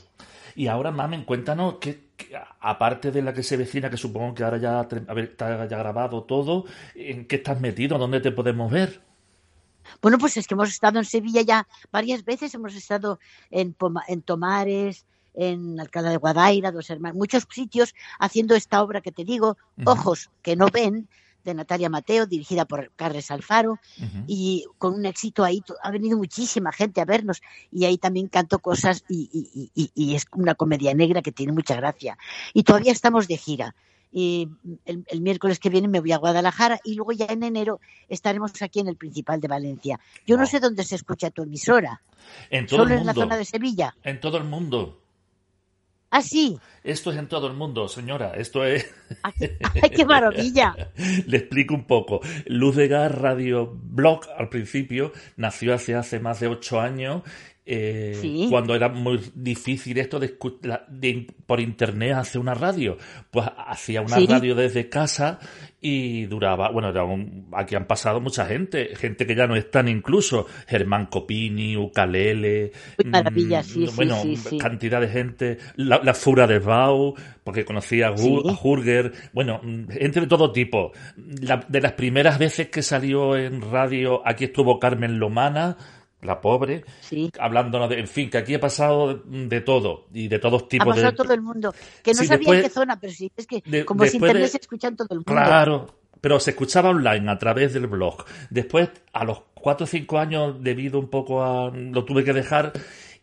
Y ahora, Mamen, cuéntanos, que, que, aparte de la que se vecina, que supongo que ahora ya te- a ver, está ya grabado todo, ¿en qué estás metido? ¿Dónde te podemos ver? Bueno, pues es que hemos estado en Sevilla ya varias veces, hemos estado en, Poma- en Tomares, en Alcalá de Guadaira, Dos Hermanos, muchos sitios haciendo esta obra que te digo, Ujú. Ojos que no ven, de Natalia Mateo, dirigida por Carles Alfaro, Ujú. y con un éxito ahí, to- ha venido muchísima gente a vernos, y ahí también canto cosas, y, y- y- y es una comedia negra que tiene mucha gracia. Y todavía estamos de gira. Y el, el miércoles que viene me voy a Guadalajara y luego ya en enero estaremos aquí en el Principal de Valencia. Yo no Wow. sé dónde se escucha tu emisora, En todo solo el en la mundo. zona de Sevilla. En todo el mundo. Ah, sí. Esto es en todo el mundo, señora. Esto es... ¡Ay, ay, qué maravilla! Le explico un poco. Luz de Gas Radio Blog, al principio, nació hace, hace más de ocho años, eh, Sí. cuando era muy difícil esto de, escu- la- de por internet hacer una radio. Pues hacía una Sí. radio desde casa y duraba, bueno, era un- aquí han pasado mucha gente, gente que ya no están incluso, Germán Copini, Ucalele, Uy, maravilla, sí, sí, bueno, sí, sí. cantidad de gente, la, la Fura de Bau, porque conocía a, Gu- Sí. a Hurger, bueno, gente de todo tipo. La- de las primeras veces que salió en radio, aquí estuvo Carmen Lomana, la pobre, Sí. hablándonos de, en fin, que aquí ha pasado de todo, y de todos Ha tipos pasado de... todo el mundo. Que no Sí, sabía después- en qué zona, pero sí, es que de- como es después internet de- se escucha en todo el mundo. Claro, pero se escuchaba online a través del blog. Después, a los cuatro o cinco años, debido un poco a... lo tuve que dejar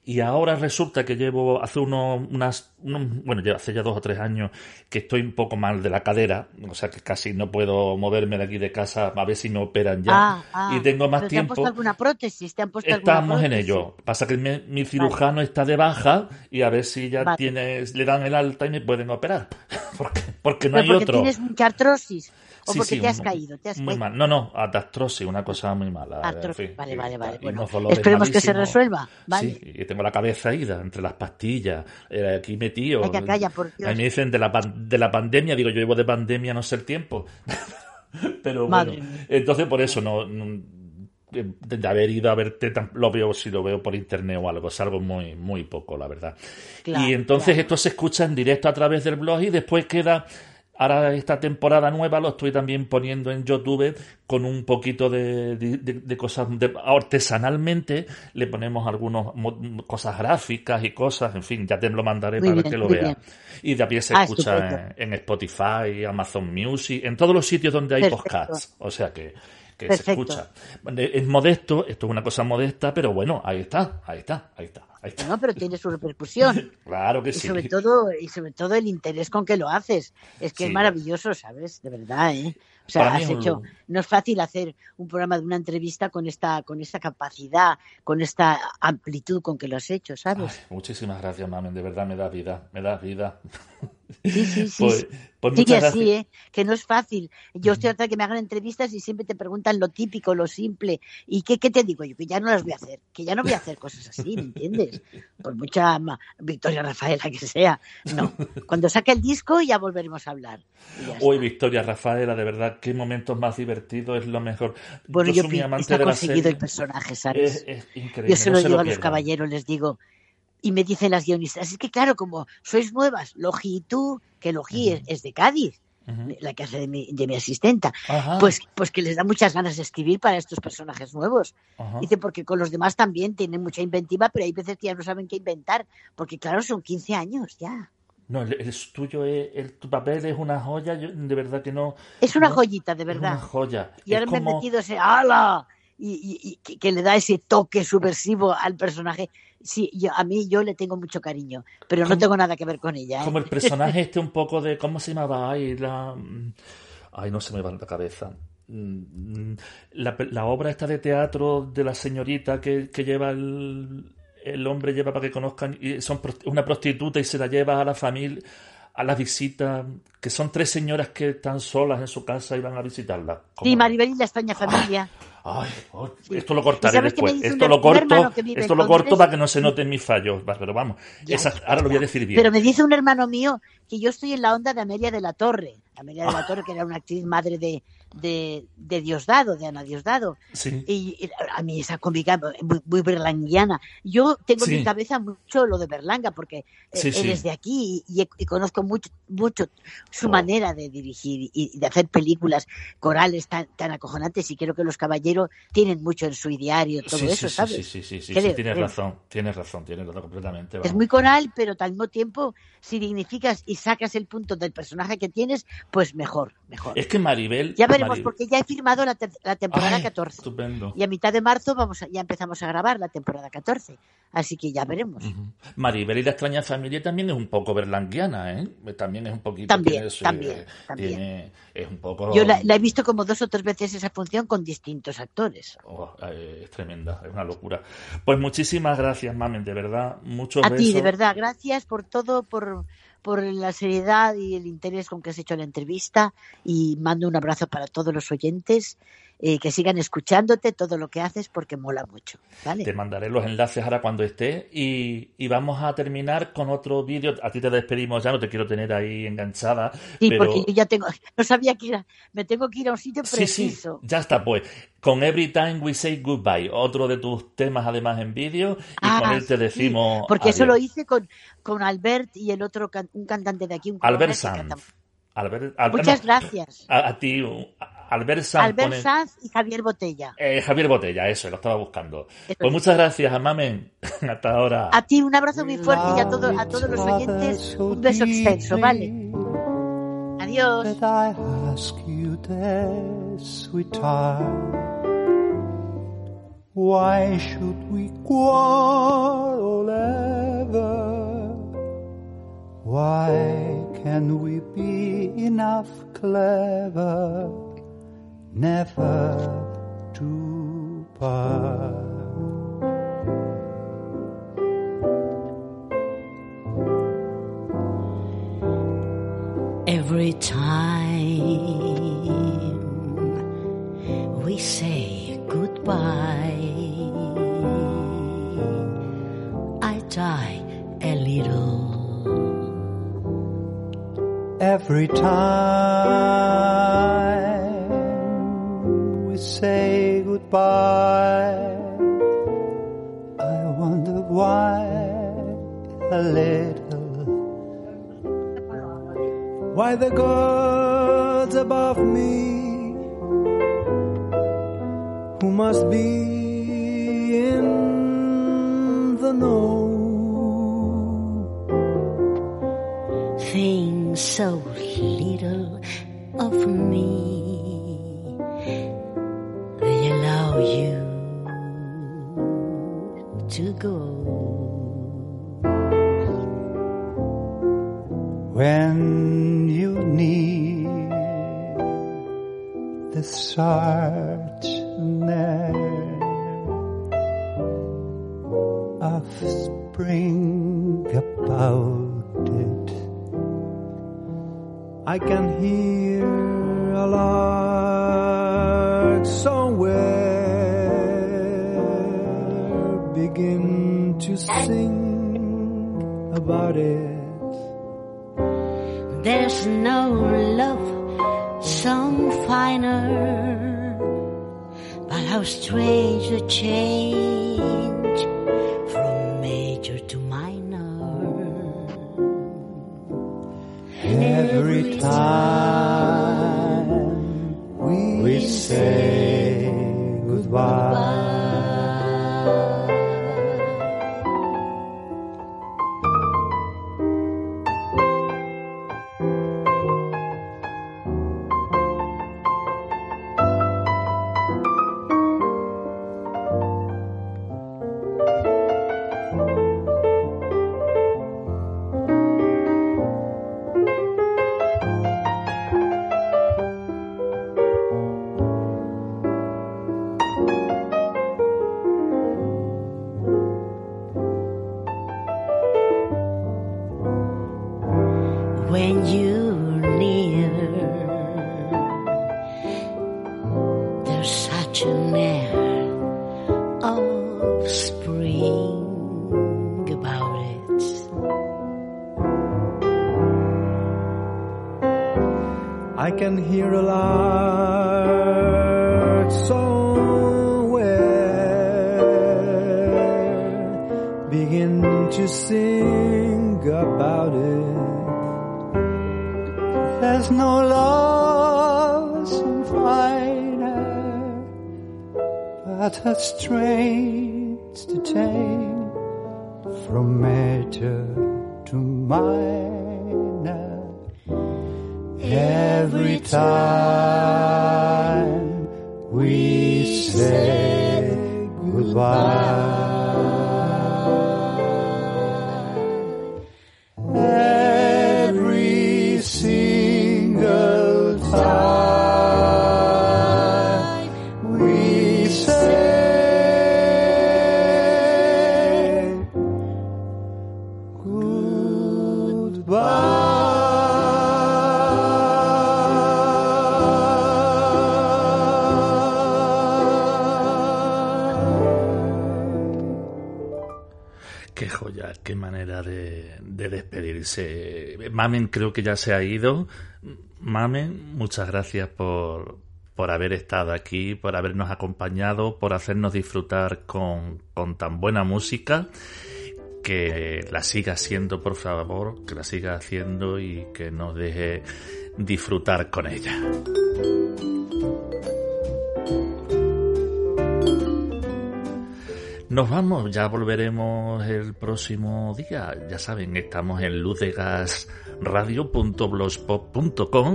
Y ahora resulta que llevo hace unos, unas, unos, bueno, ya hace ya dos o tres años que estoy un poco mal de la cadera, o sea que casi no puedo moverme de aquí de casa a ver si me operan ya. Ah, ah, y tengo más ¿pero tiempo. ¿Te han puesto alguna prótesis? ¿Te han puesto Estamos alguna prótesis? en ello. Pasa que mi, mi cirujano vale. está de baja y a ver si ya vale. tiene, le dan el alta y me pueden operar. porque, porque no ¿Pero hay porque otro. ¿Tienes mucha artrosis? ¿O sí, porque sí, te has muy, caído? ¿Te has muy caído? mal. No, no, artrosis, una cosa muy mala. Artrosis, en fin, vale, vale, vale. Y, Bueno, y esperemos que se resuelva. Vale. Sí, y tengo la cabeza ida entre las pastillas. Eh, aquí metido. Calla, calla, por Dios. Ahí me dicen de la, de la pandemia, digo, yo llevo de pandemia no sé el tiempo. Pero Madre bueno, mía. entonces por eso no, no de haber ido a verte, lo veo si lo veo por internet o algo, salgo muy muy poco, la verdad. Claro, y entonces claro. esto se escucha en directo a través del blog y después queda, ahora esta temporada nueva lo estoy también poniendo en YouTube con un poquito de, de, de, de cosas, de, artesanalmente le ponemos algunas cosas gráficas y cosas, en fin, ya te lo mandaré muy para bien, que lo muy veas. bien. Y también se Ah, escucha estupendo. en, en Spotify, Amazon Music, en todos los sitios donde hay Perfecto. podcasts, o sea que que Perfecto. se escucha. Es modesto, esto es una cosa modesta, pero bueno, ahí está, ahí está, ahí está. Ahí está. No, pero tiene su repercusión. Claro que y sí. sobre todo y sobre todo el interés con que lo haces. Es que Sí. es maravilloso, ¿sabes? De verdad, ¿eh? O sea, Para mí has es un hecho... lujo. No es fácil hacer un programa de una entrevista con esta con esta capacidad, con esta amplitud con que lo has hecho, ¿sabes? Ay, muchísimas gracias, mamen, de verdad me das vida, me das vida. Sí, sí, sí. Pues, sí. pues Sigue muchas así, gracias. ¿eh? Que no es fácil. Yo estoy harta de que me hagan entrevistas y siempre te preguntan lo típico, lo simple. ¿Y qué, qué te digo yo? Que ya no las voy a hacer. Que ya no voy a hacer cosas así, ¿me entiendes? Por mucha ma- Victoria Rafaela que sea. No. Cuando saque el disco ya volveremos a hablar. Y ya Hoy está. Victoria Rafaela, de verdad, qué momentos más divertidos, es lo mejor. Bueno, yo yo soy muy pi- amante está de la conseguido serie. el personaje, ¿sabes? Es, es increíble, Yo se no lo se digo lo a los pierdan. caballeros, les digo, y me dicen las guionistas, es que claro, como sois nuevas, Logi y tú, que Logi Ujú. es, es de Cádiz, Ujú. la que hace de mi, de mi asistenta, Ajá, pues, pues que les da muchas ganas de escribir para estos personajes nuevos. ajá. Dice, porque con los demás también tienen mucha inventiva, pero hay veces que ya no saben qué inventar, porque claro, son quince años ya. No, el, el tuyo es, el, tu papel es una joya, yo de verdad que no. Es una no, joyita, de es verdad. una joya. Y Es ahora me he como, metido ese ¡ala! Y, y, y que, que le da ese toque subversivo al personaje. Sí, yo, a mí yo le tengo mucho cariño, pero no como, tengo nada que ver con ella, ¿eh? como el personaje este un poco de, ¿cómo se llamaba? Ay, la, ay, no se me va en la cabeza. Mm, La, la obra esta de teatro de la señorita que, que lleva el, el hombre lleva para que conozcan, y son prost- una prostituta y se la lleva a la familia, a la visita, que son tres señoras que están solas en su casa y van a visitarla. Sí, ¿Cómo? Maribel y la extraña familia. Ay, oh, Sí. esto lo ¿Y cortaré sabes qué me después. dice un, Esto lo her- un hermano corto, que vive esto en lo corto Londres? para que no se noten mis fallos. Va, pero vamos, Ya, esa, ya, ahora lo voy a ya. decir bien. Pero me dice un hermano mío que yo estoy en la onda de Amelia de la Torre. Amelia de la Torre, que era una actriz madre de, de, de Diosdado, de Ana Diosdado. Sí, Y, y a mí esa cómica muy, muy berlanguiana. Yo tengo en sí, mi cabeza mucho lo de Berlanga, porque eh, sí, él es sí. de aquí y, y- y conozco mucho, mucho su Oh, manera de dirigir y, y de hacer películas corales tan, tan acojonantes, y creo que los caballeros tienen mucho en su ideario, todo sí, eso, sí, sí, sí, ¿sabes? sí, sí, sí, sí, Creo, tienes creo. razón, tienes razón, tienes razón completamente, Es vamos. muy coral, pero al mismo tiempo, si dignificas y sacas el punto del personaje que tienes, pues mejor, mejor. Es que Maribel, Ya veremos, Maribel, porque ya he firmado la, ter- la temporada ay, catorce. estupendo. Y a mitad de marzo vamos a- ya empezamos a grabar la temporada catorce. Así que ya veremos. Ujú. Maribel y la extraña familia también es un poco berlanguiana, ¿eh? También es un poquito, También, tiene, su- también, también. tiene, es un poco, Yo la, la he visto como dos o tres veces esa función con distintos actores. oh, eh, es tremenda, es una locura. Pues muchísimas gracias, mamen, de verdad, muchos A ti, de besos. verdad, gracias por todo, por, por la seriedad y el interés con que has hecho la entrevista, y mando un abrazo para todos los oyentes, eh, que sigan escuchándote todo lo que haces, porque mola mucho, ¿vale? Te mandaré los enlaces ahora cuando esté y, y vamos a terminar con otro vídeo. A ti te despedimos ya, no te quiero tener ahí enganchada, Sí, pero porque yo ya tengo, no sabía que era, me tengo que ir a un sitio sí, sí, preciso. ya está pues. Con Every Time We Say Goodbye, otro de tus temas además en vídeo, y con Ah, él te sí, decimos porque eso lo adiós. hice con, con Albert y el otro, can- un cantante de aquí, un Albert coronel que canta. Sanz. Albert, Al- Muchas no, gracias. a, a ti, a- Albert Sanz Albert pone... Sanz y Javier Botella. eh, Javier Botella, eso, lo estaba buscando. Eso Pues es. muchas gracias, mamen. Hasta ahora. A ti un abrazo muy fuerte, y a, todo, a todos los oyentes un beso extenso, ¿vale? Adiós. That I ask you this, sweetheart, Why should we quarrel ever? Why can we be enough clever never to part? Every time we say goodbye, I die a little. Every time we say goodbye, I wonder why a little. Why the gods above me, who must be in the know, think so little of me, they allow you to go. When you need the search of spring about it, I can hear a lark somewhere begin to sing about it. There's no love song finer, but how strange the change from major to minor. Every time we say goodbye, when you're near, there's such an air of spring about it. I can hear a lark somewhere begin to sing about it. There's no love so finer, but a strains to take from major to minor. Every time we say goodbye, every single time we say goodbye. Qué joya, qué manera de, de despedirse. Mamen creo que ya se ha ido. Mamen, muchas gracias por, por haber estado aquí, por habernos acompañado, por hacernos disfrutar con, con tan buena música. Que la siga haciendo, por favor, que la siga haciendo y que nos deje disfrutar con ella. Nos vamos, ya volveremos el próximo día. Ya saben, estamos en luz de gas radio punto blogspot punto com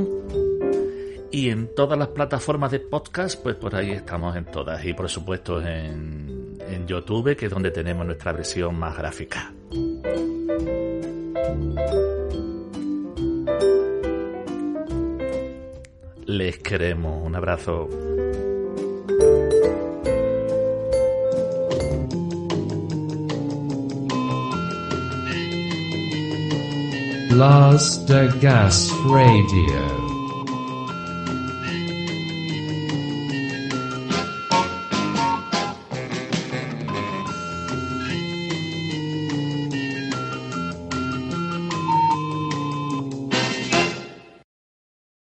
y en todas las plataformas de podcast, pues por ahí estamos en todas. Y por supuesto en en YouTube, que es donde tenemos nuestra versión más gráfica. Les queremos. Un abrazo. Blast the Gas Radio.